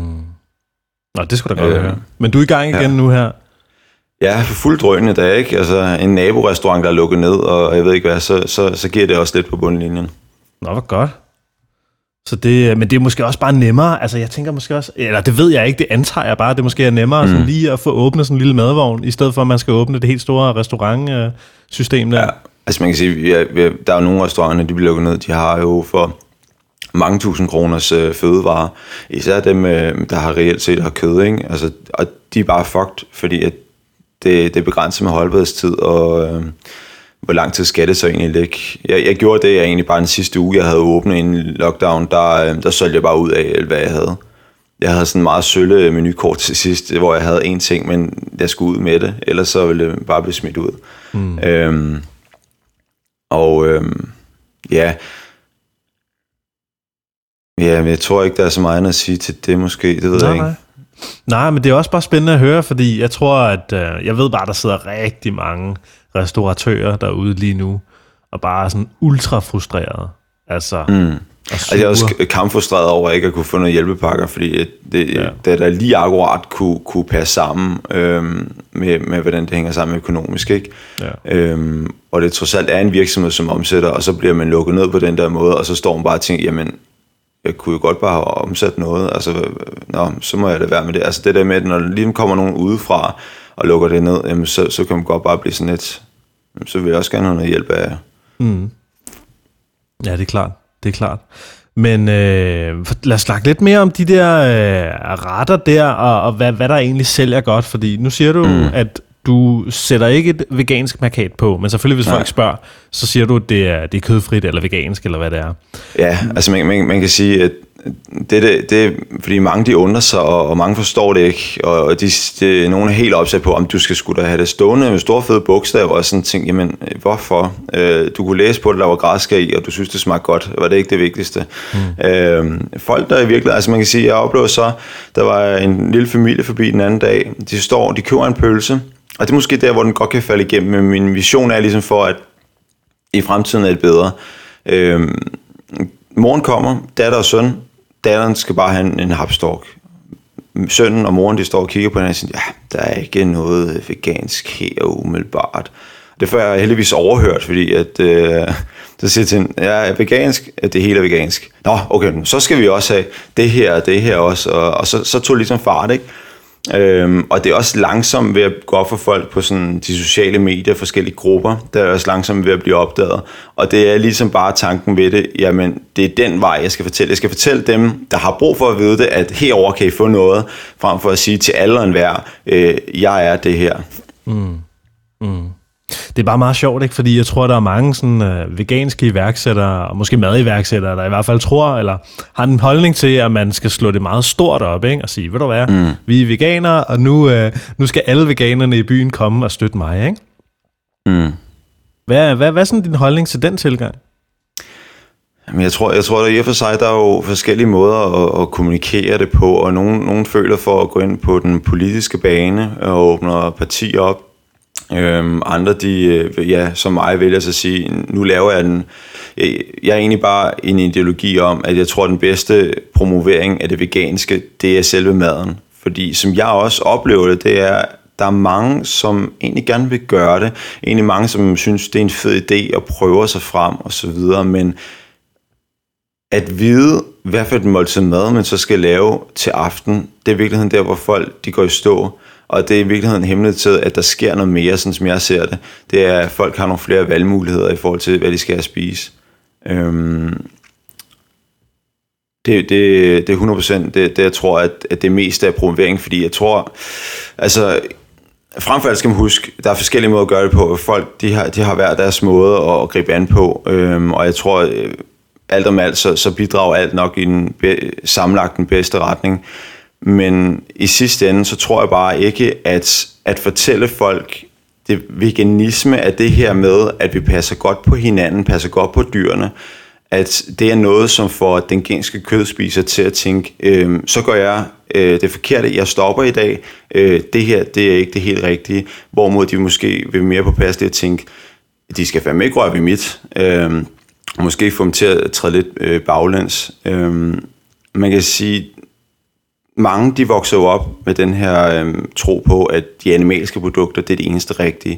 Speaker 1: Nå, det skulle da godt øh, høre. Men du er i gang igen ja. nu her?
Speaker 2: Ja, for fuldt drønende da, ikke? Altså en naborestaurant, der er lukket ned, og jeg ved ikke hvad, så, så, så giver det også lidt på bundlinjen.
Speaker 1: Nå, hvor godt. Så det, men det er måske også bare nemmere, altså jeg tænker måske også, eller det ved jeg ikke, det antager jeg bare, det måske er nemmere mm. sådan lige at få åbnet sådan en lille madvogn, i stedet for at man skal åbne det helt store restaurantsystem der. Ja. Altså
Speaker 2: man kan sige, vi er, vi er, der er jo nogle restauranter, de bliver lukket ned, de har jo for mange tusind kroners øh, fødevarer, især dem, øh, der har reelt set har kød, ikke? Altså, og de er bare fucked, fordi at det, det er begrænset med holdbarhedstid, og øh, hvor lang tid skal det så egentlig ligge. Jeg, jeg gjorde det jeg egentlig bare den sidste uge, jeg havde åbnet en lockdown, der, øh, der solgte jeg bare ud af, hvad jeg havde. Jeg havde sådan en meget sølle menukort til sidst, hvor jeg havde én ting, men jeg skulle ud med det, ellers så ville det bare blive smidt ud. Mm. Øhm, Og øhm, ja, ja, men jeg tror ikke, der er så meget at sige til det måske, det ved nej, jeg ikke. Nej. nej, men det er også bare spændende at høre, fordi jeg tror, at øh, jeg ved bare, der sidder rigtig mange restauratører derude lige nu, og bare er sådan ultra frustrerede. Altså, mm. altså jeg er også kampfrustreret over ikke at kunne få nogle hjælpepakker, fordi det, ja. det der lige akkurat kunne, kunne passe sammen øhm, med, med, hvordan det hænger sammen økonomisk, ikke? Ja. Øhm, og det trods alt er en virksomhed, som omsætter, og så bliver man lukket ned på den der måde, og så står man bare og tænker, jamen, jeg kunne jo godt bare have omsat noget, altså, nå, så må jeg da være med det. Altså det der med, at når der lige kommer nogen udefra og lukker det ned, jamen, så, så kan man godt bare blive sådan lidt, så vil jeg også gerne have noget hjælp af. Mm. Ja, det er klart. Det er klart. Men øh, lad os snakke lidt mere om de der øh, retter der, og, og hvad, hvad der egentlig sælger godt. Fordi nu siger du, mm. at du sætter ikke et vegansk markat på, men selvfølgelig hvis Nej. folk spørger, så siger du, at det er, det er kødfrit eller vegansk, eller hvad det er. Ja, altså man, man, man kan sige, at det, det, det fordi mange de undrer sig, og, og mange forstår det ikke, og de, de, nogle er helt opsat på, om du skal skulle da have det stående med store fede bogstaver, og sådan ting, jamen hvorfor? Øh, du kunne læse på det, der var græsker i, og du synes, det smagte godt, var det ikke det vigtigste? Mm. Øh, folk, der i virkeligheden, altså man kan sige, jeg oplevede så, der var en lille familie forbi den anden dag, de står, de køber en pølse, og det er måske der, hvor den godt kan falde igennem, men min vision er ligesom for, at i fremtiden er det bedre. Øh, moren kommer, datter og søn, datteren skal bare have en, en hapstork. Sønnen og moren, de står og kigger på hinanden og siger, ja, der er ikke noget vegansk her umiddelbart. Det får jeg heldigvis overhørt, fordi at, øh, så siger jeg til hende, ja, er vegansk, at det hele er vegansk. Nå, okay, så skal vi også have det her og det her også, og, og så, så tog det ligesom fart, ikke? Øhm, og det er også langsomt ved at gå op for folk på sådan de sociale medier, forskellige grupper, der er også langsomt ved at blive opdaget, og det er ligesom bare tanken ved det, jamen det er den vej jeg skal fortælle, jeg skal fortælle dem der har brug for at vide det, at herover kan I få noget, frem for at sige til alle og enhver, øh, jeg er det her.
Speaker 1: mm. Mm. Det er bare meget sjovt, ikke? Fordi jeg tror, der er mange sådan, øh, veganske iværksættere, og måske madiværksættere, der i hvert fald tror, eller har en holdning til, at man skal slå det meget stort op, ikke? Og sige, ved du hvad, mm. vi er veganere, og nu, øh, nu skal alle veganerne i byen komme og støtte mig, ikke?
Speaker 2: Mm.
Speaker 1: Hvad, hvad, hvad er sådan din holdning til den tilgang?
Speaker 2: Jamen, jeg tror, jeg tror, der i og for sig, der er jo forskellige måder at, at kommunikere det på, og nogen, nogen føler for at gå ind på den politiske bane og åbne partier op. Øhm, andre, de, ja, som mig vælger at sige, nu laver jeg den. Jeg er egentlig bare en ideologi om, at jeg tror, at den bedste promovering af det veganske, det er selve maden. Fordi som jeg også oplever det, det er, der er mange, som egentlig gerne vil gøre det. Egentlig mange, som synes, det er en fed idé at prøve sig frem og så videre. Men at vide, i hvert fald et måltid mad, man så skal lave til aften, det er i virkeligheden der, hvor folk de går i stå. Og det er i virkeligheden hemmeligt til, at der sker noget mere, sådan som jeg ser det. Det er, at folk har nogle flere valgmuligheder i forhold til, hvad de skal spise. Øhm, det, det, det er hundrede procent det, det, jeg tror, at, at det meste er promovering, fordi jeg tror, altså, frem for alt skal man huske, der er forskellige måder at gøre det på. Folk, de har, de har hver deres måde at, at gribe an på, øhm, og jeg tror, alt om alt, så, så bidrager alt nok i den be, sammenlagt den bedste retning. Men i sidste ende, så tror jeg bare ikke, at, at fortælle folk, det veganisme er det her med, at vi passer godt på hinanden, passer godt på dyrene, at det er noget, som får den genske kødspiser til at tænke, øh, så gør jeg øh, det forkerte, jeg stopper i dag, øh, det her, det er ikke det helt rigtige, hvorimod de måske vil mere på pas det at tænke, de skal fandme ikke røre ved mit, øh, måske få dem til at træde lidt øh, baglæns. Øh, man kan sige, mange de vokser jo op med den her øh, tro på, at de animalske produkter, det er det eneste rigtige.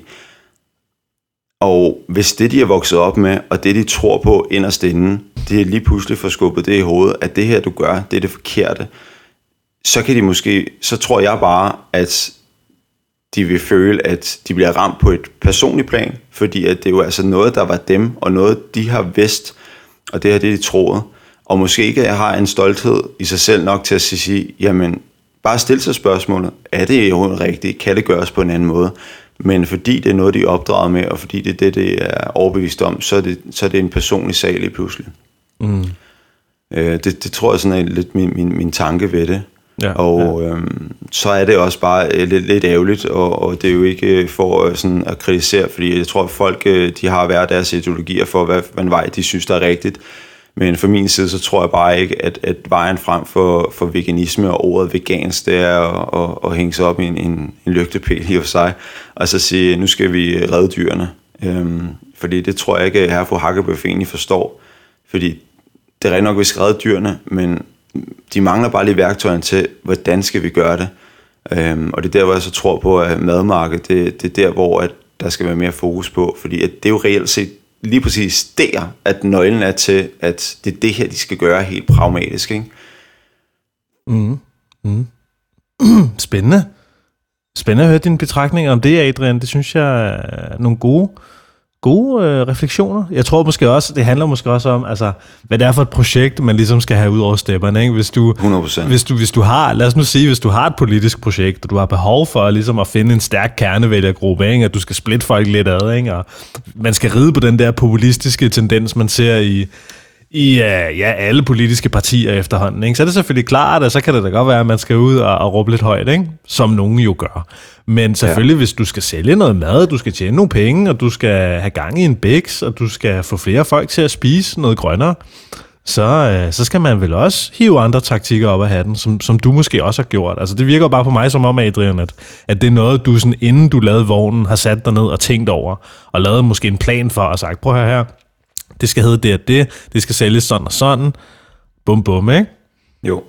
Speaker 2: Og hvis det, de er vokset op med, og det, de tror på inderst inde, det er lige pludselig for skubbet det i hovedet, at det her, du gør, det er det forkerte, så kan de måske, så tror jeg bare, at de vil føle, at de bliver ramt på et personligt plan, fordi at det er jo altså noget, der var dem, og noget, de har vidst, og det er det, de troede. Og måske ikke har en stolthed i sig selv nok til at sige, jamen, bare stille sig spørgsmålet, er det jo rigtigt, kan det gøres på en anden måde? Men fordi det er noget, de er opdraget med, og fordi det er det, det er overbevist om, så er det, så er det en personlig sag lige pludselig. Mm. Øh, det, det tror jeg sådan er lidt min, min, min tanke ved det. Ja, og ja. Øhm, så er det også bare lidt, lidt ærgerligt, og, og det er jo ikke for sådan at kritisere, fordi jeg tror, at folk de har hver deres ideologier for, hvad, hvad en vej de synes, der er rigtigt. Men fra min side, så tror jeg bare ikke, at, at vejen frem for, for veganisme og ordet vegansk, det er at, at, at hænge sig op i en, en, en lygtepæl i og for sig, og så sige, nu skal vi redde dyrene. Øhm, fordi det tror jeg ikke, at herre fru Hakkebøf egentlig forstår. Fordi det er rigtig nok, at vi skal redde dyrene, men de mangler bare lige værktøjerne til, hvordan skal vi gøre det. Øhm, og det er der, hvor jeg så tror på, at madmarkedet, det, det er der, hvor at der skal være mere fokus på. Fordi at det er jo reelt set lige præcis der, at nøglen er til, at det er det her, de skal gøre helt pragmatisk, ikke?
Speaker 1: Mm. Mm. Spændende. Spændende at høre dine betragtninger om det, Adrian. Det synes jeg er nogle gode, gode øh, refleksioner. Jeg tror måske også, det handler måske også om, altså, hvad det er for et projekt, man ligesom skal have ud over stepperne, ikke? Hvis du,
Speaker 2: hundrede procent.
Speaker 1: Hvis du, hvis du har, lad os nu sige, hvis du har et politisk projekt, og du har behov for ligesom at finde en stærk kernevælgergruppe, ikke? At du skal splitte folk lidt ad, ikke? Og man skal ride på den der populistiske tendens, man ser i, i ja, ja, alle politiske partier efterhånden, ikke? Så er det selvfølgelig klart, at så kan det da godt være, at man skal ud og, og råbe lidt højt, ikke? Som nogen jo gør. Men selvfølgelig, ja. Hvis du skal sælge noget mad, du skal tjene nogle penge, og du skal have gang i en biks, og du skal få flere folk til at spise noget grønnere, så, øh, så skal man vel også hive andre taktikker op af hatten, som, som du måske også har gjort. Altså det virker bare på mig som om, Adrian, at, at det er noget, du sådan, inden du lavede vognen, har sat dig ned og tænkt over, og lavet måske en plan for, og sagt, prøv her her, det skal hedde det og det, det skal sælges sådan og sådan, bum bum, ikke?
Speaker 2: Jo.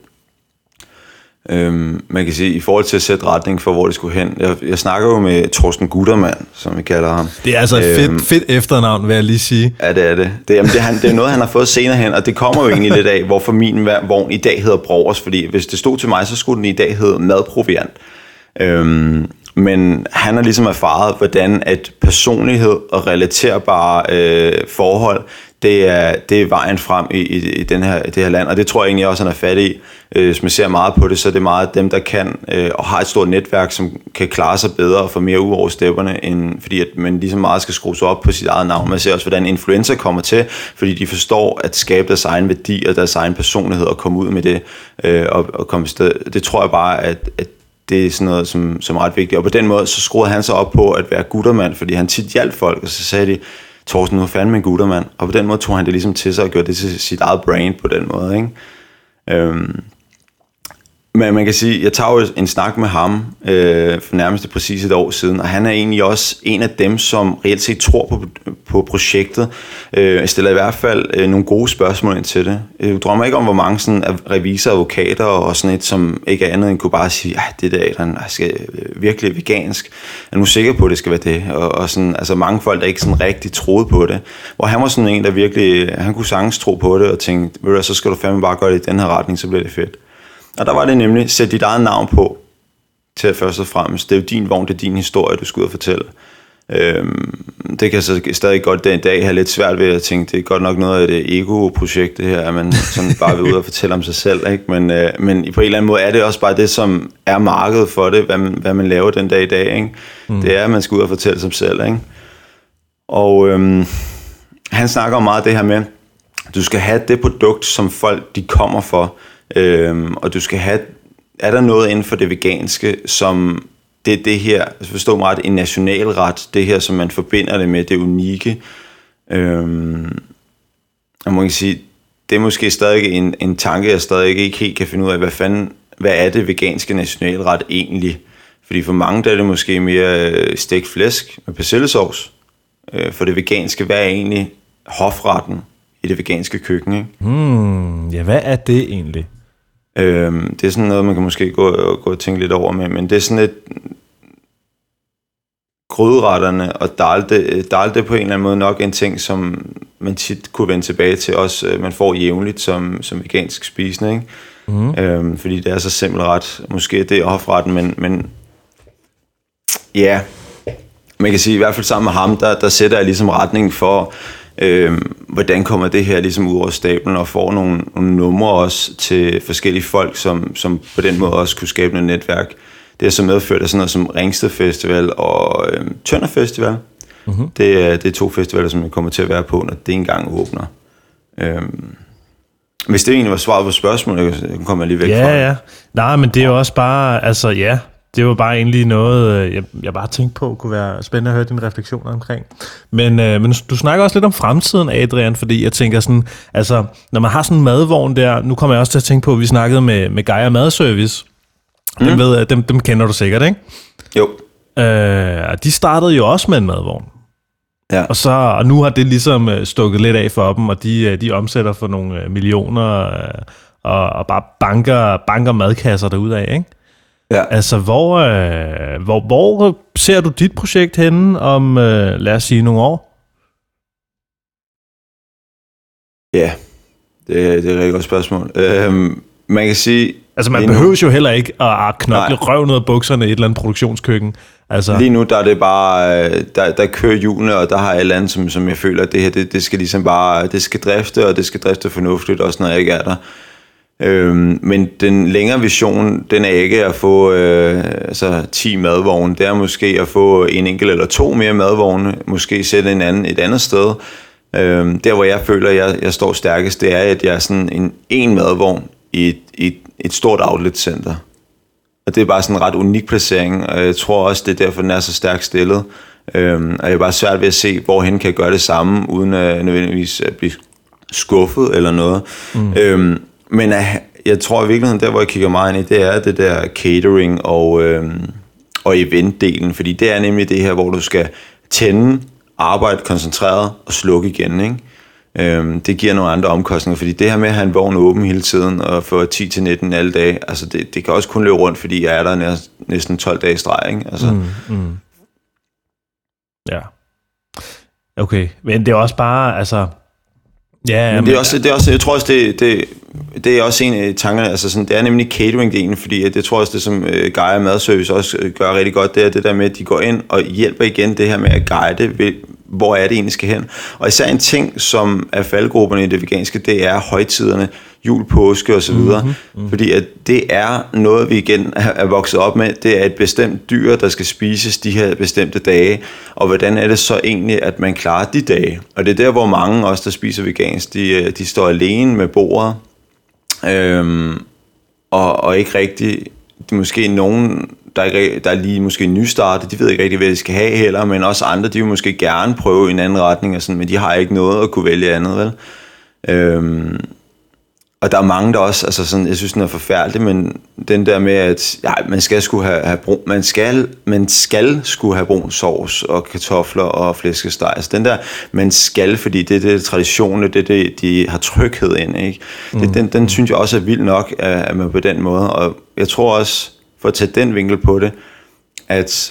Speaker 2: Øhm, man kan sige, i forhold til at sætte retning for, hvor det skulle hen, jeg, jeg snakker jo med Torsten Guttermann, som vi kalder ham.
Speaker 1: Det er altså et øhm, fedt, fedt efternavn, vil jeg lige sige.
Speaker 2: Ja, det er det. Det, jamen, det, er, det er noget, han har fået senere hen, og det kommer jo egentlig lidt af, hvorfor min vogn i dag hedder Brovers, fordi hvis det stod til mig, så skulle den i dag hedde Madproviant. Øhm, men han har ligesom erfaret, hvordan at personlighed og relaterbare øh, forhold, det er, det er vejen frem i, i, i den her, det her land, og det tror jeg egentlig også, han er fat i. Øh, hvis man ser meget på det, så er det meget dem, der kan øh, og har et stort netværk, som kan klare sig bedre og få mere ud over stepperne, end, fordi at man ligesom meget skal skrue sig op på sit eget navn. Man ser også, hvordan influencer kommer til, fordi de forstår at skabe deres egen værdi og deres egen personlighed og komme ud med det øh, og, og komme sted. Det tror jeg bare, at, at det er sådan noget, som, som er ret vigtigt. Og på den måde, så skruede han sig op på at være guttermand, fordi han tit hjalp folk, og så sagde de, Torsten, nu er fandme en guttermand. Og på den måde tog han det ligesom til sig og gjorde det til sit eget brand på den måde, ikke? Øhm. Men man kan sige, jeg tager jo en snak med ham øh, for nærmest præcis et år siden, og han er egentlig også en af dem, som reelt set tror på, på projektet. Øh, jeg stiller i hvert fald øh, nogle gode spørgsmål ind til det. Jeg drømmer ikke om, hvor mange sådan, revisorer, advokater og sådan et, som ikke er andet end kunne bare sige, at det der er skal virkelig vegansk. Jeg er nu sikker på, at det skal være det. Og, og sådan, altså mange folk, der ikke sådan rigtig troede på det. Hvor han var sådan en, der virkelig, han kunne sagtens tro på det og tænkte, ved du, så skal du fandme bare gøre det i den her retning, så bliver det fedt. Og der var det nemlig, sæt dit eget navn på, til at først og fremmest. Det er jo din vogn, det er din historie, du skal ud og fortælle. Øhm, det kan så stadig godt den dag have lidt svært ved at tænke, det er godt nok noget af det ego-projekt, det her, at man sådan bare vil ud og fortælle om sig selv. Ikke? Men, øh, men på en eller anden måde er det også bare det, som er markedet for det, hvad man, hvad man laver den dag i dag. Ikke? Mm. Det er, at man skal ud og fortælle sig selv. Ikke? Og øhm, han snakker meget det her med, du skal have det produkt, som folk de kommer for, Øhm, og du skal have, er der noget inden for det veganske, som det det her, altså forstå mig ret, en nationalret, det her, som man forbinder det med, det unikke. Øhm, og man kan sige, det er måske stadig en, en tanke, jeg stadig ikke helt kan finde ud af, hvad fanden, hvad er det veganske nationalret egentlig? Fordi for mange der er det måske mere stegt flæsk med persillesovs. Øh, for det veganske, hvad er egentlig hofretten i det veganske køkken, ikke?
Speaker 1: Hmm, ja, hvad er det egentlig?
Speaker 2: Øhm, det er sådan noget, man kan måske gå og, gå og tænke lidt over med, men det er sådan et gryderetterne og dalte, dalte på en eller anden måde nok en ting, som man tit kunne vende tilbage til, også man får jævnligt som, som vegansk spisende, ikke? Mm. Øhm, fordi det er så simpelt ret, måske det er hofretten, men, men ja, man kan sige, i hvert fald sammen med ham, der, der sætter jeg ligesom retning for, Øhm, hvordan kommer det her ligesom ud over stablen, og får nogle, nogle numre også til forskellige folk, som, som på den måde også kunne skabe et netværk. Det er så medført af sådan noget som Ringsted Festival og øhm, Tønder Festival. Mm-hmm. Det, er, det er to festivaler, som jeg kommer til at være på, når det engang åbner. Øhm, hvis det egentlig var svaret på spørgsmålet, så kommer jeg lige væk
Speaker 1: ja,
Speaker 2: fra det.
Speaker 1: Ja, nej, men det er jo også bare, altså ja, det var bare egentlig noget, jeg, jeg bare tænkte på, kunne være spændende at høre dine refleksioner omkring. Men, øh, men du snakker også lidt om fremtiden, Adrian, fordi jeg tænker sådan, altså, når man har sådan en madvogn der, nu kommer jeg også til at tænke på, at vi snakkede med, med Gaia Madservice. Mm. Dem, ved, dem, dem kender du sikkert, ikke?
Speaker 2: Jo.
Speaker 1: Øh, de startede jo også med en madvogn.
Speaker 2: Ja.
Speaker 1: Og, så, og nu har det ligesom stukket lidt af for dem, og de, de omsætter for nogle millioner, og, og bare banker, banker madkasser derudad, ikke?
Speaker 2: Ja.
Speaker 1: Altså, hvor, øh, hvor, hvor ser du dit projekt henne om, øh, lad os sige, nogle år?
Speaker 2: Ja, det, det er et rigtig godt spørgsmål. Øhm, man kan sige...
Speaker 1: Altså, man behøver jo heller ikke at, at knokle røv ned af bukserne i et eller andet produktionskøkken. Altså.
Speaker 2: Lige nu, der er det bare... Der, der kører hjulene, og der har et eller andet, som, som jeg føler, at det her, det, det skal ligesom bare... Det skal drifte, og det skal drifte fornuftigt, også når jeg ikke er der. Øhm, men den længere vision, den er ikke at få øh, altså ti madvogne, det er måske at få en enkelt eller to mere madvogne, måske sætte en anden et andet sted, Øhm, der hvor jeg føler, at jeg, jeg står stærkest, det er, at jeg er sådan en, en madvogn i et, et, et stort outletcenter. Og det er bare sådan en ret unik placering, og jeg tror også, det er derfor, den er så stærkt stillet. Øhm, og jeg er bare svært ved at se, hvorhen kan jeg gøre det samme, uden at nødvendigvis at blive skuffet eller noget. Mm. Øhm, men jeg tror i virkeligheden, der hvor jeg kigger meget ind i, det er det der catering og, øhm, og eventdelen. Fordi det er nemlig det her, hvor du skal tænde, arbejde koncentreret og slukke igen, ikke? Øhm, det giver nogle andre omkostninger, fordi det her med at have en vogn åben hele tiden og få ti til nitten alle dage, altså det, det kan også kun løbe rundt, fordi jeg er der næsten tolv dage i streg, ikke? Altså.
Speaker 1: Mm, mm. Ja. Okay, men det er også bare, altså... Ja,
Speaker 2: men det er også, det er også, jeg tror også, det, det, det er også en af tankerne, altså sådan, det er nemlig catering-delen, fordi det tror jeg også, det som uh, Gaia Madservice også gør rigtig godt, det er det der med, at de går ind og hjælper igen det her med at guide, hvor er det egentlig skal hen. Og især en ting, som er faldgrupperne i det veganske, det er højtiderne, jul, påske og så videre, mm-hmm, mm-hmm. fordi at det er noget, vi igen er vokset op med, det er et bestemt dyr, der skal spises de her bestemte dage, og hvordan er det så egentlig, at man klarer de dage? Og det er der, hvor mange også, der spiser vegansk, de, de står alene med bordet, øhm, og, og ikke rigtig, de måske nogen, der er, der er lige måske nystartet, de ved ikke rigtig, hvad de skal have heller, men også andre, de vil måske gerne prøve en anden retning, og sådan, men de har ikke noget at kunne vælge andet, vel? Øhm, Og der er mange, der også, altså sådan, jeg synes, den er forfærdelig, men den der med, at ja, man skal skulle have, have brun, man skal, man skal skulle have brun sovs og kartofler og flæskesteg. Altså den der, man skal, fordi det er det traditionen, det er det, de har tryghed ind, ikke? Mm. Det, den, den synes jeg også er vild nok, at man på den måde, og jeg tror også, for at tage den vinkel på det, at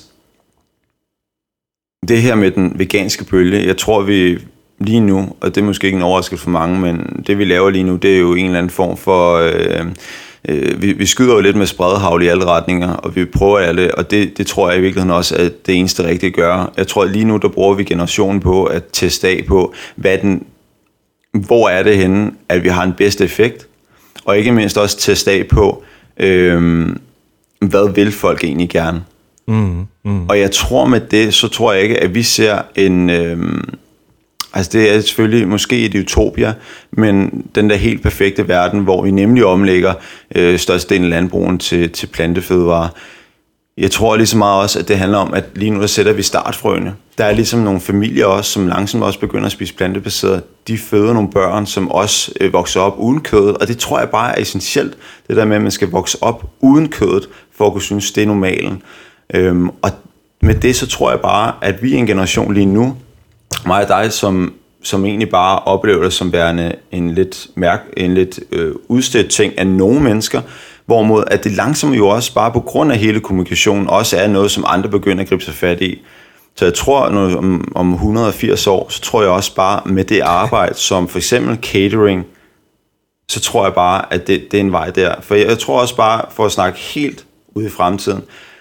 Speaker 2: det her med den veganske bølge, jeg tror, vi lige nu, og det er måske ikke en overraskelse for mange, men det vi laver lige nu, det er jo en eller anden form for... Øh, øh, vi, vi skyder jo lidt med spredhavl i alle retninger, og vi prøver alle, og det, det tror jeg i virkeligheden også er det eneste rigtige at gøre. Jeg tror, at lige nu, der bruger vi generationen på at teste af på, hvad den, hvor er det henne, at vi har en bedste effekt, og ikke mindst også teste af på, øh, hvad vil folk egentlig gerne. Mm, mm. Og jeg tror med det, så tror jeg ikke, at vi ser en... Øh, Altså det er selvfølgelig måske et utopia, men den der helt perfekte verden, hvor vi nemlig omlægger øh, størstedelen af landbrugen til, til plantefødevarer. Jeg tror lige så meget også, at det handler om, at lige nu der sætter vi startfrøene. Der er ligesom nogle familier også, som langsomt også begynder at spise plantebaseret. De føder nogle børn, som også øh, vokser op uden kødet, og det tror jeg bare er essentielt. Det der med, at man skal vokse op uden kødet, for at kunne synes, det er normalen. Øhm, og med det så tror jeg bare, at vi er en generation lige nu, mig og dig, som, som egentlig bare oplever det som værende en lidt, mærk, en lidt øh, udstedt ting af nogle mennesker, hvorimod at det langsomt jo også bare på grund af hele kommunikationen også er noget, som andre begynder at gribe sig fat i. Så jeg tror, når, om, om et hundrede og firs år, så tror jeg også bare med det arbejde, som for eksempel catering, så tror jeg bare, at det, det er en vej der. For jeg tror også bare, for at snakke helt ude i fremtiden,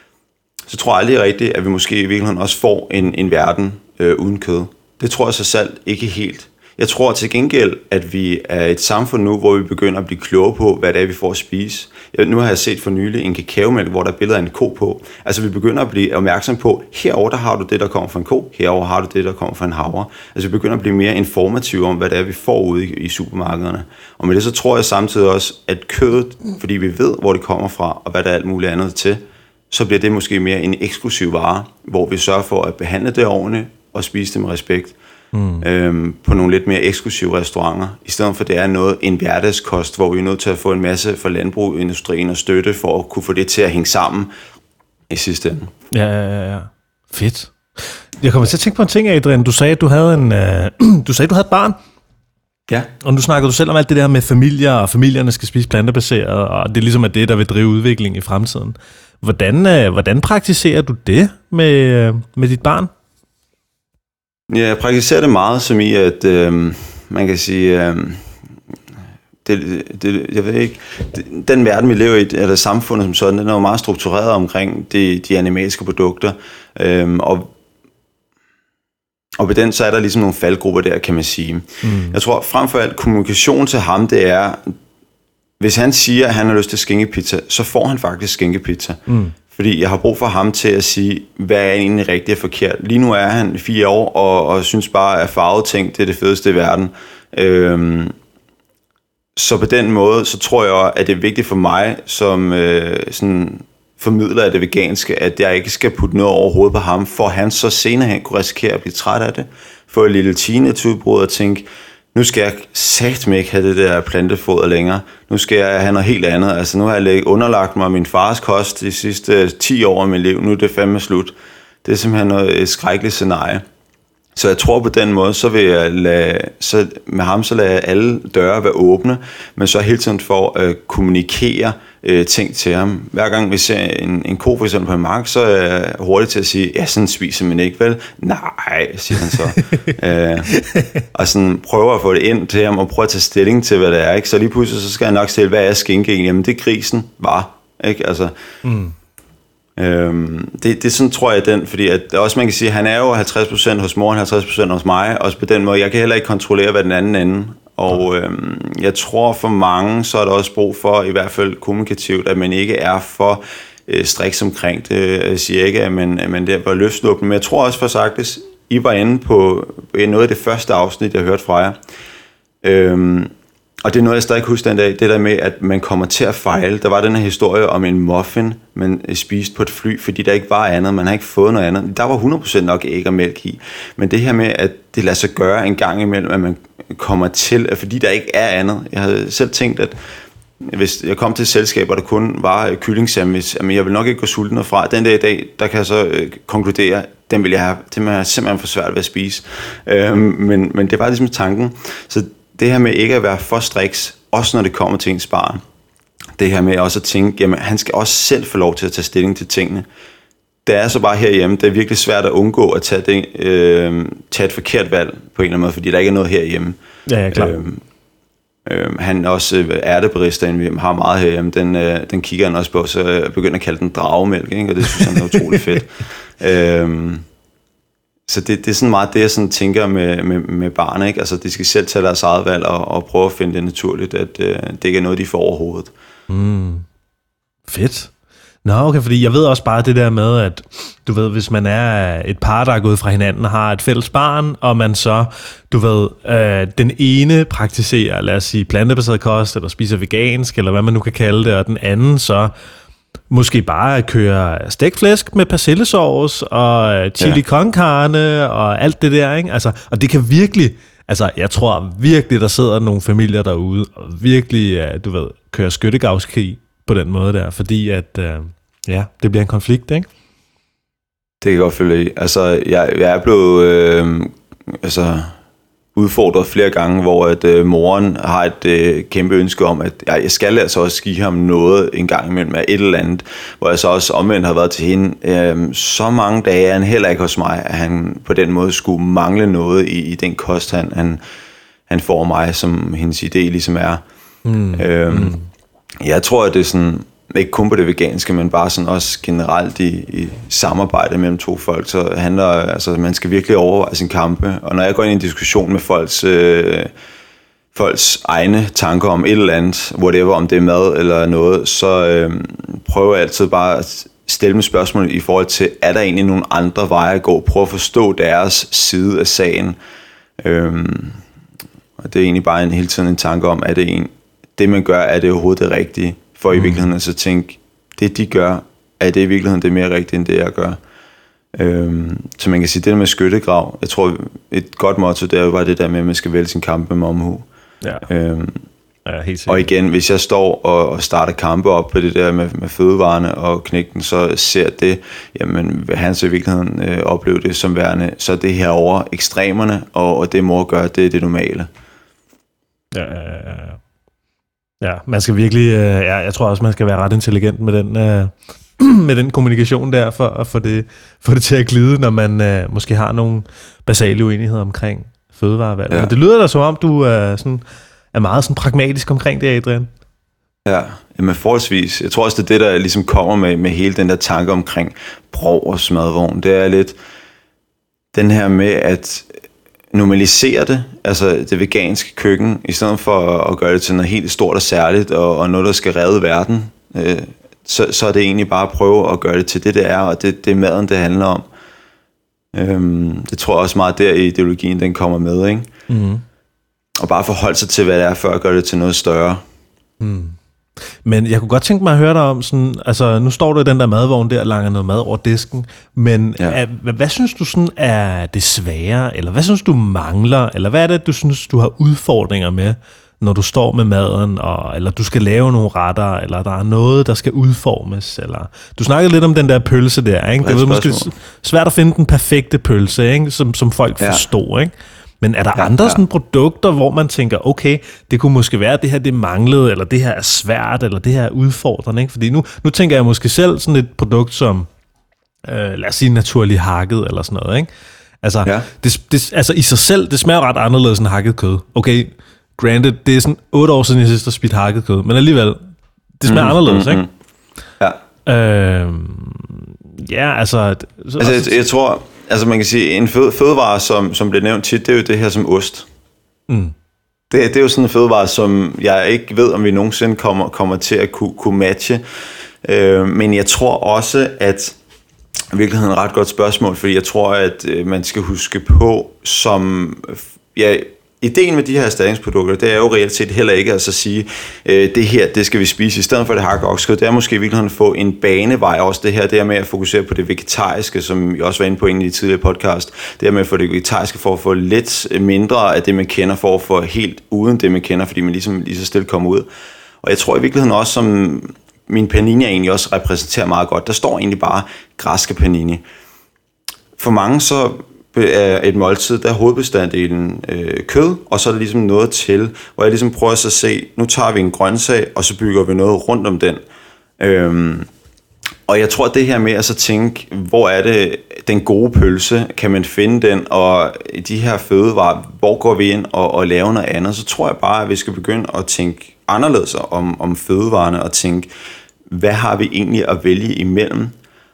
Speaker 2: så tror jeg aldrig rigtigt, at vi måske i virkeligheden også får en, en verden øh, uden kød. Det tror jeg så selv ikke helt. Jeg tror til gengæld, at vi er et samfund nu, hvor vi begynder at blive kloge på, hvad det er, vi får at spise. Jeg, nu har jeg set for nylig en kakaomælk, hvor der er billeder af en ko på. Altså vi begynder at blive opmærksom på, herover der har du det, der kommer fra en ko, herover har du det, der kommer fra en havre. Altså vi begynder at blive mere informative om, hvad det er, vi får ude i, i supermarkederne. Og med det så tror jeg samtidig også, at kødet, fordi vi ved, hvor det kommer fra, og hvad der er alt muligt andet til, så bliver det måske mere en eksklusiv vare, hvor vi sørger for at behandle det ordentligt, og spise det med respekt mm. øhm, på nogle lidt mere eksklusive restauranter, i stedet for det er noget en hverdagskost, hvor vi er nødt til at få en masse fra landbrugsindustrien og støtte for at kunne få det til at hænge sammen i sidste ende.
Speaker 1: Ja, ja, ja. Fedt. Jeg kommer til at tænke på en ting, Adrian. Du sagde, at du havde en, øh, du sagde, at du havde et barn.
Speaker 2: Ja.
Speaker 1: Og nu snakker du selv om alt det der med familier, og familierne skal spise plantebaseret, og det er ligesom at det, der vil drive udvikling i fremtiden. Hvordan, øh, hvordan praktiserer du det med, øh, med dit barn?
Speaker 2: Ja, jeg praktiserer det meget som i, at øh, man kan sige, øh, det, det, jeg ved ikke, det, den verden vi lever i, eller samfundet som sådan, den er jo meget struktureret omkring de, de animalske produkter, øh, og og ved den så er der ligesom nogle faldgrupper der, kan man sige. Mm. Jeg tror frem for alt, kommunikation til ham, det er, hvis han siger, at han har lyst til skinkepizza, så får han faktisk skinkepizza. Mm. Fordi jeg har brug for ham til at sige, hvad er egentlig rigtigt og forkert. Lige nu er han fire år, og, og synes bare, at farveting, det er det fedeste i verden. Øhm, så på den måde, så tror jeg, at det er vigtigt for mig, som øh, sådan formidler af det veganske, at jeg ikke skal putte noget over hovedet på ham, for han så senere hen kunne risikere at blive træt af det, få et lille teenageudbrud og tænke, nu skal jeg satme ikke have det der plantefoder længere. Nu skal jeg have noget helt andet. Altså nu har jeg underlagt mig min fars kost de sidste ti år af mit liv. Nu er det fandme slut. Det er simpelthen noget, et skrækkeligt scenarie. Så jeg tror på den måde, så vil jeg lade, så med ham så lader jeg alle døre være åbne, men så hele tiden for at kommunikere øh, ting til ham. Hver gang vi ser en, en ko for eksempel på en mark, så er jeg hurtigt til at sige, ja, sådan spiser man ikke, vel? Nej, siger han så. øh, og sådan prøver at få det ind til ham, og prøver at tage stilling til, hvad det er. Ikke? Så lige pludselig, så skal jeg nok stille, hvad er skinke egentlig? Jamen, det grisen var, ikke? Altså... Mm. Øhm, det, det sådan tror jeg den, fordi at også man kan sige, han er jo halvtreds procent hos moren, halvtreds procent hos mig, også på den måde, jeg kan heller ikke kontrollere, hvad den anden ende, og øhm, jeg tror for mange, så er der også brug for, i hvert fald kommunikativt, at man ikke er for øh, striks omkring det. Jeg siger ikke, at man, at man der var løftsluppen, men jeg tror også for sagt, I var inde på noget af det første afsnit, jeg hørte fra jer, øhm, og det er noget, jeg stadig husker den dag, det der med, at man kommer til at fejle. Der var den her historie om en muffin, man spiste på et fly, fordi der ikke var andet, man har ikke fået noget andet. Der var hundrede procent nok æg og mælk i. Men det her med, at det lader sig gøre en gang imellem, at man kommer til, at fordi der ikke er andet. Jeg havde selv tænkt, at hvis jeg kom til et selskab, og der kun var kyllingsandwich, jamen jeg vil nok ikke gå sulten fra. Den dag i dag, der kan jeg så øh, konkludere, den vil jeg have, det er simpelthen for svært ved at spise. Øhm, men, men det var ligesom tanken. Så det her med ikke at være for striks, også når det kommer til ens barn. Det her med også at tænke, jamen han skal også selv få lov til at tage stilling til tingene. Det er så bare herhjemme, det er virkelig svært at undgå at tage, det, øh, tage et forkert valg på en eller anden måde, fordi der ikke er noget herhjemme.
Speaker 1: Ja, ja, klar.
Speaker 2: Øhm, øh, han også øh, ærtebarista, vi har meget herhjemme, den, øh, den kigger han også på, så jeg begynder at kalde den dragemælk, ikke? Og det synes han er utrolig fedt. øhm, Så det, det er sådan meget det, jeg sådan tænker med, med, med barn, ikke? Altså, de skal selv tage deres eget valg og, og prøve at finde det naturligt, at øh, det ikke er noget, de får overhovedet.
Speaker 1: Mm. Fedt. Nå, okay, fordi jeg ved også bare det der med, at du ved, hvis man er et par, der er gået fra hinanden og har et fælles barn, og man så, du ved, øh, den ene praktiserer, lad os sige, plantebaseret kost, eller spiser vegansk, eller hvad man nu kan kalde det, og den anden så måske bare køre stegt med persillesauce og chili ja. con carne og alt det der, ikke? Altså, og det kan virkelig, altså jeg tror virkelig, der sidder nogle familier derude og virkelig, du ved, kører skyttegravskrig på den måde der, fordi at, ja, det bliver en konflikt, ikke?
Speaker 2: Det kan jeg godt følge i. Altså, jeg, jeg er blevet, øh, altså... udfordret flere gange, hvor at øh, moren har et øh, kæmpe ønske om, at ja, jeg skal altså også give ham noget en gang imellem af et eller andet, hvor jeg så også omvendt har været til hende. Øh, så mange dage er han heller ikke hos mig, at han på den måde skulle mangle noget i, i den kost, han, han, han får mig, som hendes idé ligesom er. Mm. Øh, mm. Jeg tror, at det er sådan, ikke kun på det veganske, men bare sådan også generelt i, i samarbejde mellem to folk, så handler, altså man skal virkelig overveje sin kampe, og når jeg går ind i en diskussion med folks, øh, folks egne tanker om et eller andet, whatever, om det er mad eller noget, så øh, prøver jeg altid bare at stille mig spørgsmål i forhold til, er der egentlig nogle andre veje at gå, prøve at forstå deres side af sagen, øh, og det er egentlig bare en, hele tiden en tanke om, at det, en, det man gør, er det overhovedet det rigtige, for i virkeligheden at så tænke, det de gør, er det i virkeligheden det mere rigtigt, end det jeg gør. Øhm, så man kan sige, det der med skyttegrav, jeg tror, et godt motto, der var det der med, at man skal vælge sin kampe med omhu. Ja. Øhm, ja, helt sikkert. Og igen, hvis jeg står og, og starter kampe op på det der med, med fødevarene og knægten, så ser det, jamen vil han så i virkeligheden øh, opleve det som værende, så det her over ekstremerne, og, og det mor gør, det er det normale.
Speaker 1: Ja, ja, ja, ja. Ja, man skal virkelig, øh, ja, jeg tror også, man skal være ret intelligent med den, øh, med den kommunikation der, for at få det, få det til at glide, når man øh, måske har nogle basale uenigheder omkring fødevarevalg. Ja. Men det lyder da som om, du er, sådan, er meget sådan pragmatisk omkring det, Adrian.
Speaker 2: Ja, men forholdsvis. Jeg tror også, det er det, der ligesom kommer med, med hele den der tanke omkring brød og smadvogn. Det er lidt den her med, at normalisere det, altså det veganske køkken, i stedet for at gøre det til noget helt stort og særligt, og, og noget, der skal redde verden. Øh, så, så er det egentlig bare at prøve at gøre det til det, det er, og det, det er maden, det handler om. Øhm, det tror jeg også meget, der i ideologien, den kommer med, ikke?
Speaker 1: Mm.
Speaker 2: Og bare forholde sig til, hvad det er, før at gøre det til noget større.
Speaker 1: Mm. Men jeg kunne godt tænke mig at høre dig om sådan, altså nu står du i den der madvogn der og langer noget mad over disken, men ja. er, hvad, hvad synes du sådan er det svære, eller hvad synes du mangler, eller hvad er det, du synes, du har udfordringer med, når du står med maden, og, eller du skal lave nogle retter, eller der er noget, der skal udformes, eller du snakkede lidt om den der pølse der, ikke? Det er måske svært at finde den perfekte pølse, ikke? Som, som folk ja. forstår, ikke? Men er der ja, andre ja. sådan produkter, hvor man tænker, okay, det kunne måske være, at det her det manglede, eller det her er svært, eller det her er udfordrende, ikke? Fordi nu, nu tænker jeg måske selv sådan et produkt som, øh, lad os sige, naturlig hakket, eller sådan noget, ikke? Altså, ja. det, det, altså i sig selv, det smager ret anderledes end hakket kød. Okay, granted, det er sådan otte år siden, jeg sidst har spist hakket kød, men alligevel, det smager mm, anderledes, mm, ikke?
Speaker 2: Mm. Ja.
Speaker 1: Øh, ja, altså... Så,
Speaker 2: altså, jeg, jeg tror... Altså man kan sige, en fød, fødevare, som, som bliver nævnt tit, det er jo det her som ost. Mm. Det, det er jo sådan en fødevare, som jeg ikke ved, om vi nogensinde kommer, kommer til at kunne, kunne matche. Øh, men jeg tror også, at i virkeligheden er et ret godt spørgsmål, fordi jeg tror, at øh, man skal huske på, som... Ja, ideen med de her erstatningsprodukter, det er jo reelt set heller ikke altså at sige, øh, det her, det skal vi spise i stedet for det hakket oksekød. Det er måske i virkeligheden at få en banevej også det her, det er med at fokusere på det vegetariske, som jeg også var inde på i de tidligere podcast. Det er med at få det vegetariske for at få lidt mindre af det, man kender, for at få helt uden det, man kender, fordi man ligesom lige så stille kommer ud. Og jeg tror i virkeligheden også, som min panini egentlig også repræsenterer meget godt, der står egentlig bare græske panini. For mange så er et måltid, der er hovedbestanddelen øh, kød, og så er der ligesom noget til, hvor jeg ligesom prøver at se, nu tager vi en grøntsag, og så bygger vi noget rundt om den. Øhm, og jeg tror, at det her med at så tænke, hvor er det den gode pølse, kan man finde den, og de her fødevarer, hvor går vi ind og, og laver noget andet, så tror jeg bare, at vi skal begynde at tænke anderledes om, om fødevarene, og tænke, hvad har vi egentlig at vælge imellem?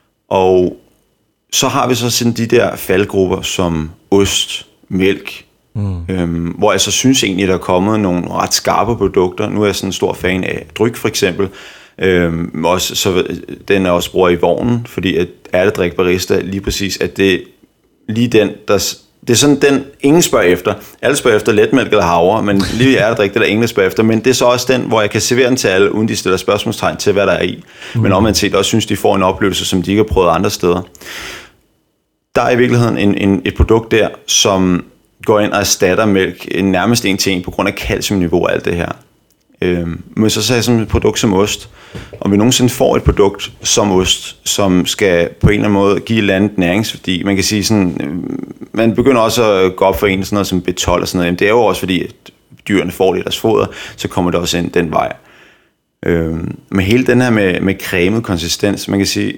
Speaker 2: Og så har vi så sådan de der faldgrupper som ost, mælk, mm. øhm, hvor jeg så synes egentlig, der er kommet nogle ret skarpe produkter. Nu er jeg sådan en stor fan af dryk for eksempel. Øhm, også, så den er også bruger i vognen, fordi at ærtedrik barista lige præcis, at det lige den, der... Det er sådan den, ingen spørger efter. Alle spørger efter letmælk eller havre, men lige ærtedrik, det er der ingen, der spørger efter. Men det er så også den, hvor jeg kan servere den til alle, uden de stiller spørgsmålstegn til, hvad der er i. Mm. Men omvendt set også synes, de får en oplevelse, som de ikke har prøvet andre steder. Der er i virkeligheden en, en, et produkt der, som går ind og erstatter mælk nærmest en til en på grund af calciumniveau og alt det her. Øhm, men så sagde jeg som et produkt som ost. Om vi nogensinde får et produkt som ost, som skal på en eller anden måde give et eller andet næringsværdi. Man kan sige sådan, man begynder også at gå op for en sådan noget som B tolv og sådan noget. Jamen, det er jo også fordi, at dyrene får det i deres foder, så kommer det også ind den vej. Øhm, men hele den her med, med cremet konsistens, man kan sige,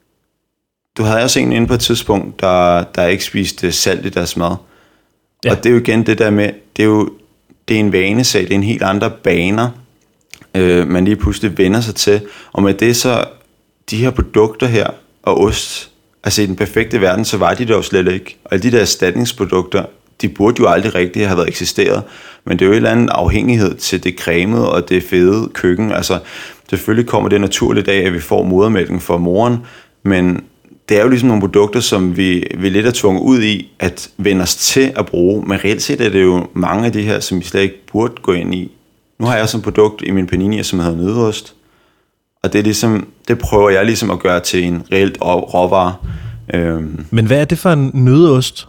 Speaker 2: du havde også en inde på et tidspunkt, der, der ikke spiste salt i deres mad. Ja. Og det er jo igen det der med, det er jo det er en vanesag, det er en helt andre baner, øh, man lige pludselig vender sig til. Og med det så, de her produkter her, og ost, altså i den perfekte verden, så var de der jo slet ikke. Og de der erstatningsprodukter, de burde jo aldrig rigtig have været eksisteret. Men det er jo en eller anden afhængighed til det cremede og det fede køkken. Altså selvfølgelig kommer det naturligt af, at vi får modermælken fra moren, men det er jo ligesom nogle produkter, som vi, vi lidt er tvunget ud i at vende os til at bruge. Men reelt set er det jo mange af de her, som vi slet ikke burde gå ind i. Nu har jeg sådan et produkt i min panini, som hedder nøddeost. Og det, er ligesom, det prøver jeg ligesom at gøre til en reelt råvare. Øhm.
Speaker 1: Men hvad er det for en nøddeost?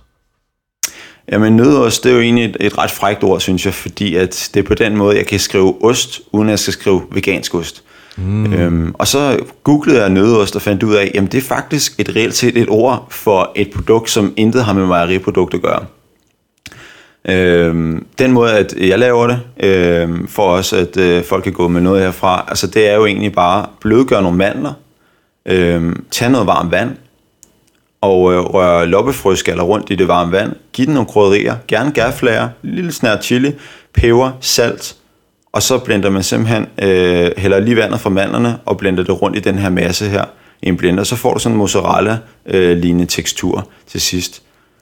Speaker 2: Jamen nøddeost, det er jo egentlig et, et ret frækt ord, synes jeg. Fordi at det er på den måde, jeg kan skrive ost, uden at jeg skal skrive vegansk ost. Mm. Øhm, og så googlede jeg nøddeost og fandt ud af, jamen det er faktisk et reelt set et ord for et produkt, som intet har med mejeriprodukt at gøre. Øhm, den måde, at jeg laver det, øhm, for også at øh, folk kan gå med noget herfra, altså det er jo egentlig bare blødgøre nogle mandler, øhm, tage noget varmt vand, og øh, røre loppefrøskaller rundt i det varme vand, give den nogle krydderier, gerne gærflager, lille snert chili, peber, salt, og så blender man simpelthen, øh, hælder lige vandet fra mandlerne, og blender det rundt i den her masse her, i en blender, så får du sådan en mozzarella-lignende tekstur til sidst.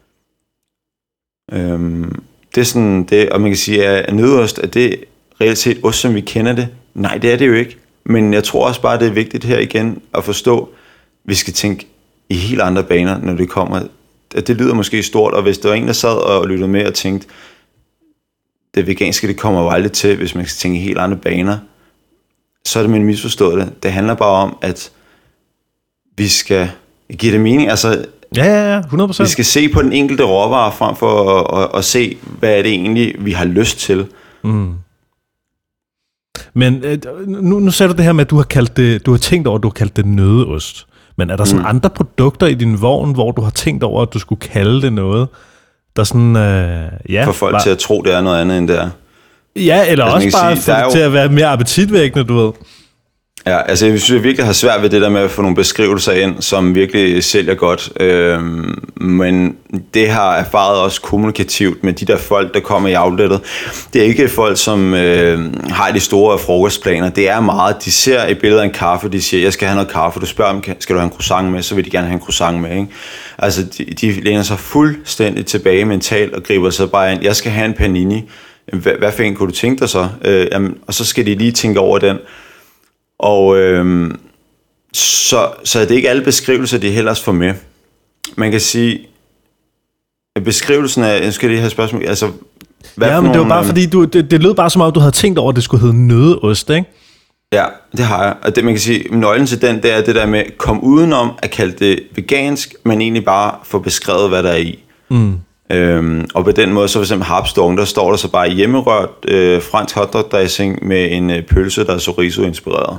Speaker 2: Øhm, det er sådan det, og man kan sige, at nøddeost, er det reelt set ost, som vi kender det? Nej, det er det jo ikke. Men jeg tror også bare, det er vigtigt her igen at forstå, at vi skal tænke i helt andre baner, når det kommer. Det lyder måske stort, og hvis der var en, der sad og lyttede med og tænkte, det veganske, det kommer jo aldrig til, hvis man skal tænke i helt andre baner, så er det min misforstået det. Det handler bare om, at vi skal give det mening, altså
Speaker 1: ja, ja, ja, hundrede procent.
Speaker 2: Vi skal se på den enkelte råvare frem for at, at, at se, hvad er det egentlig, vi har lyst til.
Speaker 1: Mm. Men nu, nu sagde du det her med, at du har, kaldt det, du har tænkt over, at du har kaldt det nøddeost. Men er der sådan mm. andre produkter i din vogn, hvor du har tænkt over, at du skulle kalde det noget, der sådan, øh, ja...
Speaker 2: For folk
Speaker 1: bare,
Speaker 2: til at tro, det er noget andet, end det er.
Speaker 1: Ja, eller altså, også bare sige, for, jo... til at være mere appetitvækkende, du ved.
Speaker 2: Ja, altså jeg synes, jeg virkelig har svært ved det der med at få nogle beskrivelser ind, som virkelig sælger godt. Øhm, men det har erfaret også kommunikativt med de der folk, der kommer i outlettet. Det er ikke folk, som øh, har de store frokostplaner. Det er meget, de ser et billede af en kaffe, de siger, jeg skal have noget kaffe. Du spørger dem, skal du have en croissant med? Så vil de gerne have en croissant med, ikke? Altså de, de læner sig fuldstændig tilbage mentalt og griber sig bare ind. Jeg skal have en panini. Hvad, hvad for en kunne du tænke dig så? Øh, jamen, og så skal de lige tænke over den. Og øhm, så, så er det ikke alle beskrivelser, de ellers får med. Man kan sige, at beskrivelsen af, jeg skal lige have spørgsmål, altså... Hvad
Speaker 1: ja, men
Speaker 2: nogle,
Speaker 1: det var bare fordi, du, det, det lød bare som om, du havde tænkt over, at det skulle hedde nøddeost, ikke?
Speaker 2: Ja, det har jeg. Og det, man kan sige, nøglen til den, det er det der med, kom udenom at kalde det vegansk, men egentlig bare få beskrevet, hvad der er i. Mm. Øhm, og på den måde, så for eksempel Harpstorken, der står der så bare hjemmerørt øh, fransk hotdog dressing med en øh, pølse, der er chorizo-inspireret.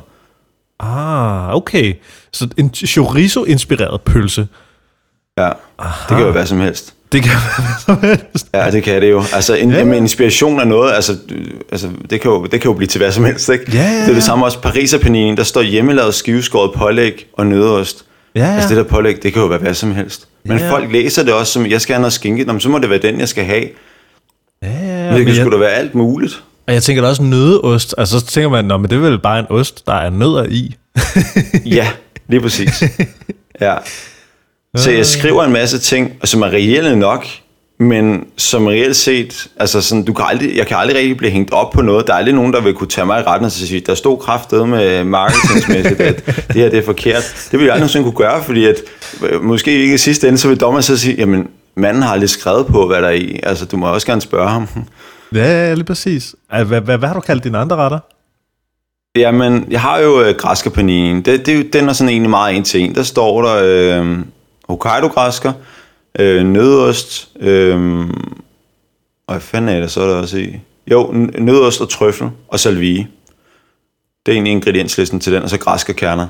Speaker 1: Ah, okay. Så en chorizo-inspireret pølse.
Speaker 2: Ja, aha. Det kan jo være hvad som helst.
Speaker 1: Det kan være hvad som helst.
Speaker 2: Ja, det kan det jo. Altså en, ja. Med inspiration af noget, altså, altså det, kan jo, det kan jo blive til hvad som helst, ikke?
Speaker 1: Ja, ja, ja.
Speaker 2: Det er det samme også Pariserpanini, der står hjemmelavet skiveskåret pålæg og nøddeost. Ja, ja. Altså det der pålæg, det kan jo være hvad som helst. Men ja. Folk læser det også som, jeg skal have noget skinke, Nå, så må det være den, jeg skal have.
Speaker 1: Ja, ja, ja.
Speaker 2: Men det kan sgu da være alt muligt.
Speaker 1: Og jeg tænker da også nøddeost, altså så tænker man, nå, men det er vel bare en ost, der er nødder i.
Speaker 2: Ja, lige præcis. Ja. Så jeg skriver en masse ting, som er reelle nok, men som reelt set, altså sådan, du kan aldrig, jeg kan aldrig rigtig blive hængt op på noget. Der er aldrig nogen, der vil kunne tage mig i retten og sige, der stod kraftedeme med marketingsmæssigt, at det her det er forkert. Det vil jeg aldrig nogensinde kunne gøre, fordi at måske ikke i sidste ende, så vil dommeren så sige, jamen manden har aldrig skrevet på, hvad der er i. Altså du må også gerne spørge ham.
Speaker 1: Ja, ja, lige præcis. Hvad, hvad, hvad har du kaldt dine andre retter?
Speaker 2: Jamen, jeg har jo øh, græskerpaninen. Det, det, den er sådan egentlig meget en til en. Der står der øh, Hokkaido-græsker, øh, nøddeost, øh, og hvad fanden er det så er der også i? Jo, nøddeost og trøffel og salvie. Det er egentlig ingredienslisten til den, og så græskerkerner.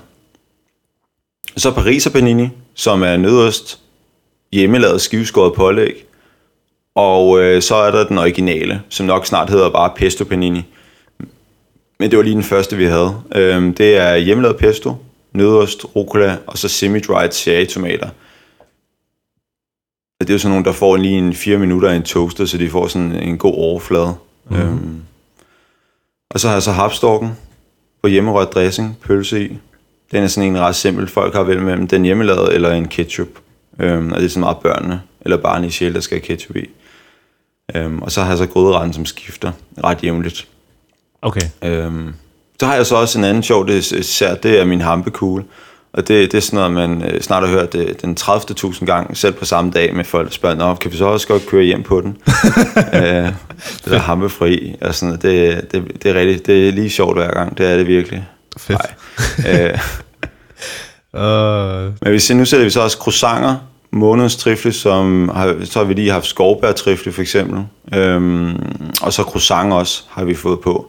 Speaker 2: Så pariserpanini, som er nøddeost, hjemmelavet skiveskåret pålæg, og øh, så er der den originale, som nok snart hedder bare pesto panini. Men det var lige den første, vi havde. Øhm, det er hjemmelavet pesto, nøddeost, rucola og så semi-dried cherrytomater. Det er jo sådan nogle, der får lige en fire minutter i en toaster, så de får sådan en god overflade. Mm. Øhm, og så har jeg så Harpstorken på hjemmerørt dressing, pølse i. Den er sådan en ret simpel. Folk har vel mellem den hjemmelavet eller en ketchup. Øhm, og det er sådan meget børnene eller barn i sjæl, der skal have ketchup i. Øhm, og så har jeg så gryderetten, som skifter ret jævnligt.
Speaker 1: Okay.
Speaker 2: Øhm, så har jeg så også en anden sjov, det er, det er min hampekugle. Og det, det er sådan noget, man snart har hørt det, den tredive tusind gange, selv på samme dag med folk, der spørger, nå, kan vi så også godt køre hjem på den? øh, det der hampefri, og sådan noget, det, det, det er rigtigt, det er lige sjovt hver gang, det er det virkelig.
Speaker 1: Fedt. øh,
Speaker 2: uh... Men hvis nu sætter vi så også croissanter, månedens trifle, som har, så har vi lige haft skovbærtrifle for eksempel, øhm, og så croissant også har vi fået på.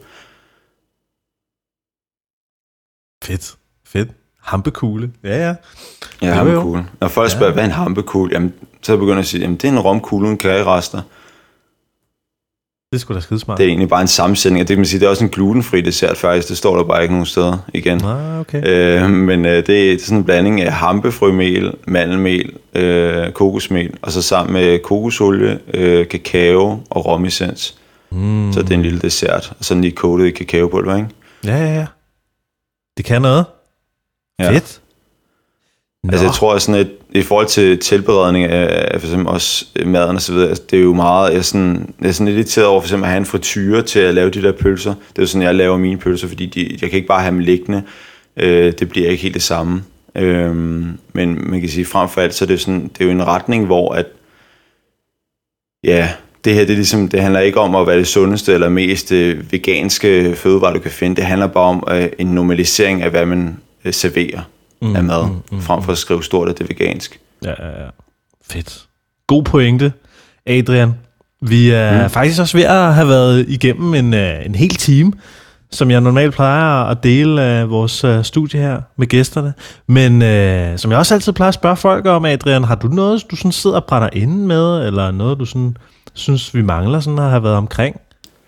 Speaker 1: Fedt, fedt. Hampekugle, ja ja.
Speaker 2: Ja, hampekugle. Når folk spørger, ja. Hvad er en hampekugle? Jamen, så begynder jeg at sige, jamen det er en romkugle uden kagerester.
Speaker 1: Det er sgu da skidesmart.
Speaker 2: Det er egentlig bare en sammensætning, og det kan man sige, det er også en glutenfri dessert faktisk, det står der bare ikke nogen steder igen.
Speaker 1: Ah, okay.
Speaker 2: øh, men øh, det er sådan en blanding af hampefrømel, mandelmel, øh, kokosmel, og så sammen med kokosolie, øh, kakao og romessens. Mm. Så det er en lille dessert, og sådan lige kodet i kakaopulver, ikke?
Speaker 1: Ja, ja, ja. Det kan noget. Ja. Fedt.
Speaker 2: Nå. Altså jeg tror sådan at i forhold til tilberedning af for eksempel også maden og så videre, altså, det er jo meget, jeg er sådan, jeg er sådan lidt irriteret over for eksempel at have en frityre til at lave de der pølser. Det er jo sådan, jeg laver mine pølser, fordi de, jeg kan ikke bare have dem liggende. Øh, det bliver ikke helt det samme. Øh, men man kan sige, frem for alt, så er det jo sådan, det er jo en retning, hvor at, ja, det her, det, er ligesom, det handler ikke om at være det sundeste eller mest øh, veganske fødevare, du kan finde. Det handler bare om øh, en normalisering af, hvad man øh, serverer mm, af mad, mm, mm, frem for at skrive stort, at det er vegansk.
Speaker 1: Ja, ja, ja. Fedt. God pointe, Adrian. Vi er mm. faktisk også ved at have været igennem en, en hel time, som jeg normalt plejer at dele af vores studie her med gæsterne. Men øh, som jeg også altid plejer at spørge folk om, Adrian, har du noget, du sådan sidder og brænder inde med, eller noget, du sådan synes, vi mangler sådan at have været omkring?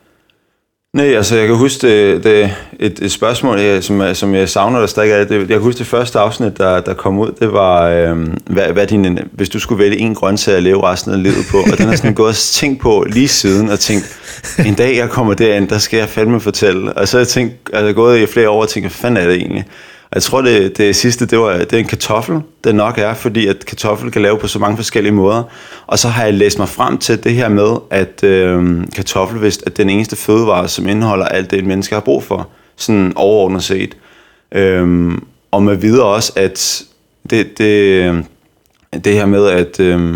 Speaker 2: Nej, altså jeg kan huske det, det, et, et spørgsmål, som, som jeg savner, der stadig er. Det, jeg kan huske det første afsnit, der, der kom ud, det var, øh, hvad, hvad din, hvis du skulle vælge en grøntsag at leve resten af livet på. Og den har sådan gået og tænkt på lige siden, og tænkt, en dag jeg kommer derind, der skal jeg fandme fortælle. Og så har jeg tænkt, altså, gået i flere år og tænkt, hvad fanden er det egentlig? Og jeg tror, det, det sidste, det var det er en kartoffel, det nok er, fordi at kartoffel kan lave på så mange forskellige måder. Og så har jeg læst mig frem til det her med, at øh, kartoffel vist er den eneste fødevare, som indeholder alt det, et menneske har brug for, sådan overordnet set. Øh, og med videre også, at det, det, det her med, at... Øh,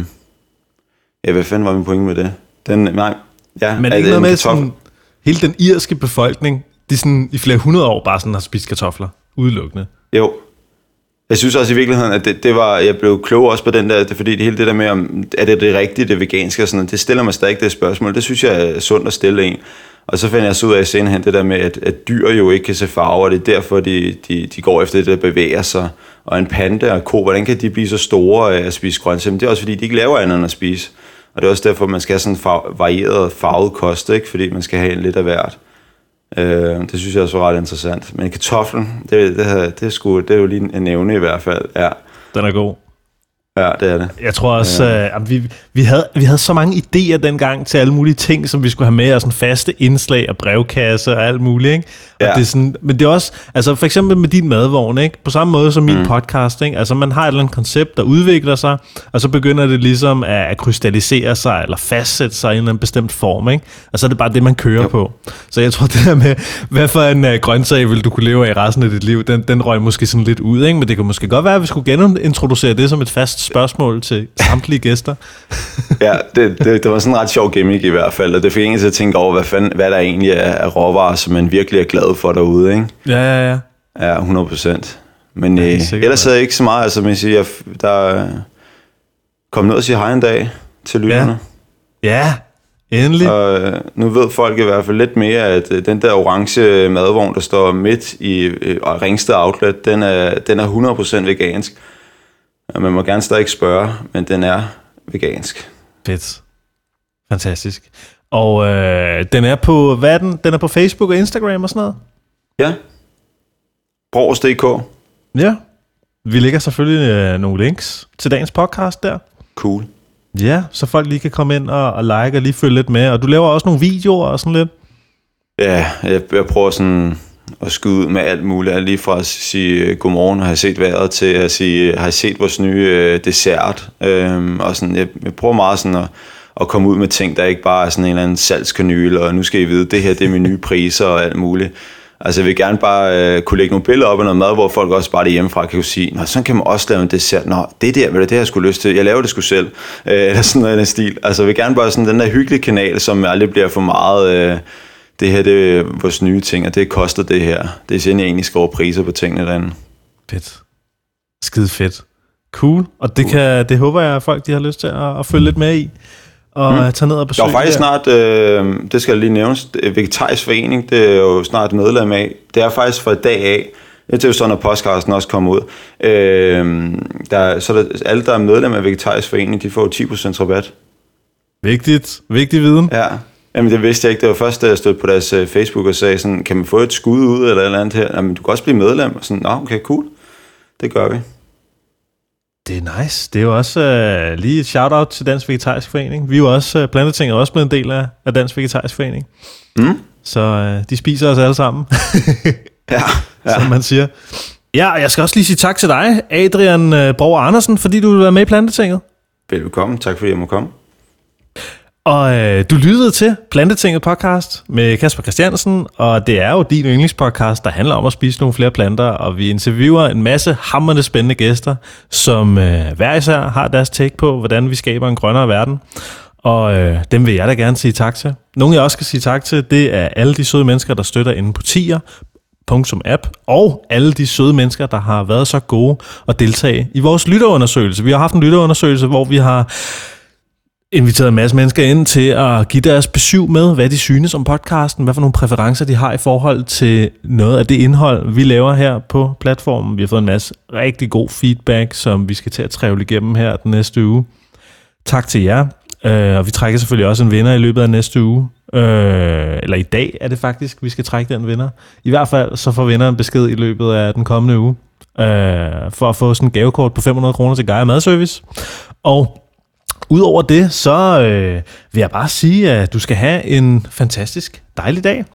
Speaker 2: ja, hvad fanden var min pointe med det? Den, nej, ja,
Speaker 1: men det er ikke noget med, sådan, hele den irske befolkning, de sådan i flere hundrede år bare sådan har spist kartofler. Udelukkende. Jo.
Speaker 2: Jeg synes også i virkeligheden, at det, det var, jeg blev klog også på den der, det, fordi det hele det der med, om er det det rigtige, det veganske og sådan noget, det stiller mig stadig det spørgsmål. Det synes jeg er sundt at stille en. Og så finder jeg så ud af senere hen det der med, at, at dyr jo ikke kan se farver, og det er derfor, de, de, de går efter det, der bevæger sig. Og en panda og ko, hvordan kan de blive så store af at spise grøntsager? Det er også fordi, de ikke laver andet end at spise. Og det er også derfor, man skal have sådan en far, varieret farvet kost, ikke? Fordi man skal have en lidt af hvert. Uh, det synes jeg også var ret interessant. Men kartoflen, det, det, det, er, sgu, det er jo lige en nævne i hvert fald. Ja.
Speaker 1: Den er god.
Speaker 2: Ja, det er det.
Speaker 1: Jeg tror også, ja. uh, vi, vi, havde, vi havde så mange idéer dengang til alle mulige ting, som vi skulle have med, og sådan faste indslag og brevkasse og alt muligt, ikke? Og ja. det er sådan, men det er også, altså for eksempel med din madvogn, ikke? På samme måde som min mm. podcast, ikke? Altså man har et eller andet koncept, der udvikler sig, og så begynder det ligesom at, at krystallisere sig, eller fastsætte sig i en eller anden bestemt form, ikke? Og så er det bare det, man kører jo. på. Så jeg tror, det der med, hvad for en uh, grøntsag vil du kunne leve af resten af dit liv, den, den røg måske sådan lidt ud, ikke? Men det kan måske godt være, at vi skulle genintroducere det som et fast spørgsmål til samtlige gæster.
Speaker 2: Ja, det, det, det var sådan en ret sjov gimmick i hvert fald, og det fik en til at tænke over, hvad, fanden, hvad der egentlig er af råvarer, som man virkelig er glad for derude, ikke?
Speaker 1: Ja, ja, ja.
Speaker 2: Ja, hundrede procent. Men ja, øh, ellers er det ikke så meget, altså man siger, der kom noget at sige hej en dag til lytterne.
Speaker 1: Ja, ja, endelig.
Speaker 2: Og øh, nu ved folk i hvert fald lidt mere, at øh, den der orange madvogn, der står midt i øh, Ringsted Outlet, den er, den er hundrede procent vegansk. Man må gerne stadig spørge, men den er vegansk.
Speaker 1: Fedt. Fantastisk. Og øh, den er på, hvad er den? Den er på Facebook og Instagram og sådan noget?
Speaker 2: Ja. Brovers punktum d k.
Speaker 1: Ja. Vi lægger selvfølgelig øh, nogle links til dagens podcast der.
Speaker 2: Cool.
Speaker 1: Ja, så folk lige kan komme ind og, og like og lige følge lidt med. Og du laver også nogle videoer og sådan lidt.
Speaker 2: Ja, jeg, jeg prøver sådan at skyde ud med alt muligt. Lige fra at sige godmorgen og have set vejret til at sige, har set vores nye øh, dessert. Øhm, og sådan, jeg, jeg prøver meget sådan at, at komme ud med ting, der ikke bare er sådan en eller anden salgskanyle, og nu skal I vide, det her det er mine nye priser og alt muligt. Altså jeg vil gerne bare øh, kunne lægge nogle billeder op af noget mad, hvor folk også bare derhjemmefra kan jo sige, nå, sådan kan man også lave en dessert. Nå, det der, det, det jeg skulle lyst til. Jeg laver det sgu selv. Øh, eller sådan noget i den stil. Altså jeg vil gerne bare sådan den der hyggelige kanal, som aldrig bliver for meget... Øh, det her, det er vores nye ting, og det koster det her. Det er sådan, jeg egentlig skriver priser på tingene derinde.
Speaker 1: Fedt. Skide fedt. Cool. Og det, cool. Kan, det håber jeg, at folk de har lyst til at, at følge lidt med i. Og mm. tage ned og besøge.
Speaker 2: Der er faktisk der. snart, øh, det skal jeg lige nævnes, Vegetarisk Forening, det er jo snart medlem af. Det er faktisk fra i dag af, det er jo sådan, når podcasten også kommer ud. Øh, der, så der, alle, der er medlem af Vegetarisk Forening, de får ti procent rabat.
Speaker 1: Vigtigt. Vigtig viden.
Speaker 2: Ja. Jamen det vidste jeg ikke. Det var først, da jeg stod på deres Facebook og sagde sådan, kan man få et skud ud eller et eller andet her? Jamen du kan også blive medlem. Og sådan, nå okay, cool. Det gør vi.
Speaker 1: Det er nice. Det er jo også uh, lige et shout-out til Dansk Vegetarisk Forening. Vi er jo også, uh, Plantetinget er også blevet en del af, af Dansk Vegetarisk Forening.
Speaker 2: Mm.
Speaker 1: Så uh, de spiser os alle sammen.
Speaker 2: Ja, ja.
Speaker 1: Som man siger. Ja, og jeg skal også lige sige tak til dig, Adrian Borger Andersen, fordi du vil være med i Plantetinget.
Speaker 2: Velbekomme. Tak fordi jeg må komme.
Speaker 1: Og øh, du lyttede til Plantetinget podcast med Kasper Christiansen, og det er jo din yndlingspodcast, der handler om at spise nogle flere planter, og vi interviewer en masse hamrende spændende gæster, som øh, hver især har deres take på, hvordan vi skaber en grønnere verden. Og øh, dem vil jeg da gerne sige tak til. Nogle jeg også skal sige tak til, det er alle de søde mennesker, der støtter inde på tier punktum app, og alle de søde mennesker, der har været så gode at deltage i vores lytterundersøgelse. Vi har haft en lytterundersøgelse, hvor vi har inviteret en masse mennesker ind til at give deres besøg med, hvad de synes om podcasten, hvad for nogle præferencer de har i forhold til noget af det indhold, vi laver her på platformen. Vi har fået en masse rigtig god feedback, som vi skal til at trævle igennem her den næste uge. Tak til jer, uh, og vi trækker selvfølgelig også en vinder i løbet af næste uge. Uh, eller i dag er det faktisk, vi skal trække den vinder. I hvert fald så får vinderen besked i løbet af den kommende uge, uh, for at få sådan en gavekort på fem hundrede kroner til Gaia Madservice. Og udover det, så øh, vil jeg bare sige, at du skal have en fantastisk dejlig dag.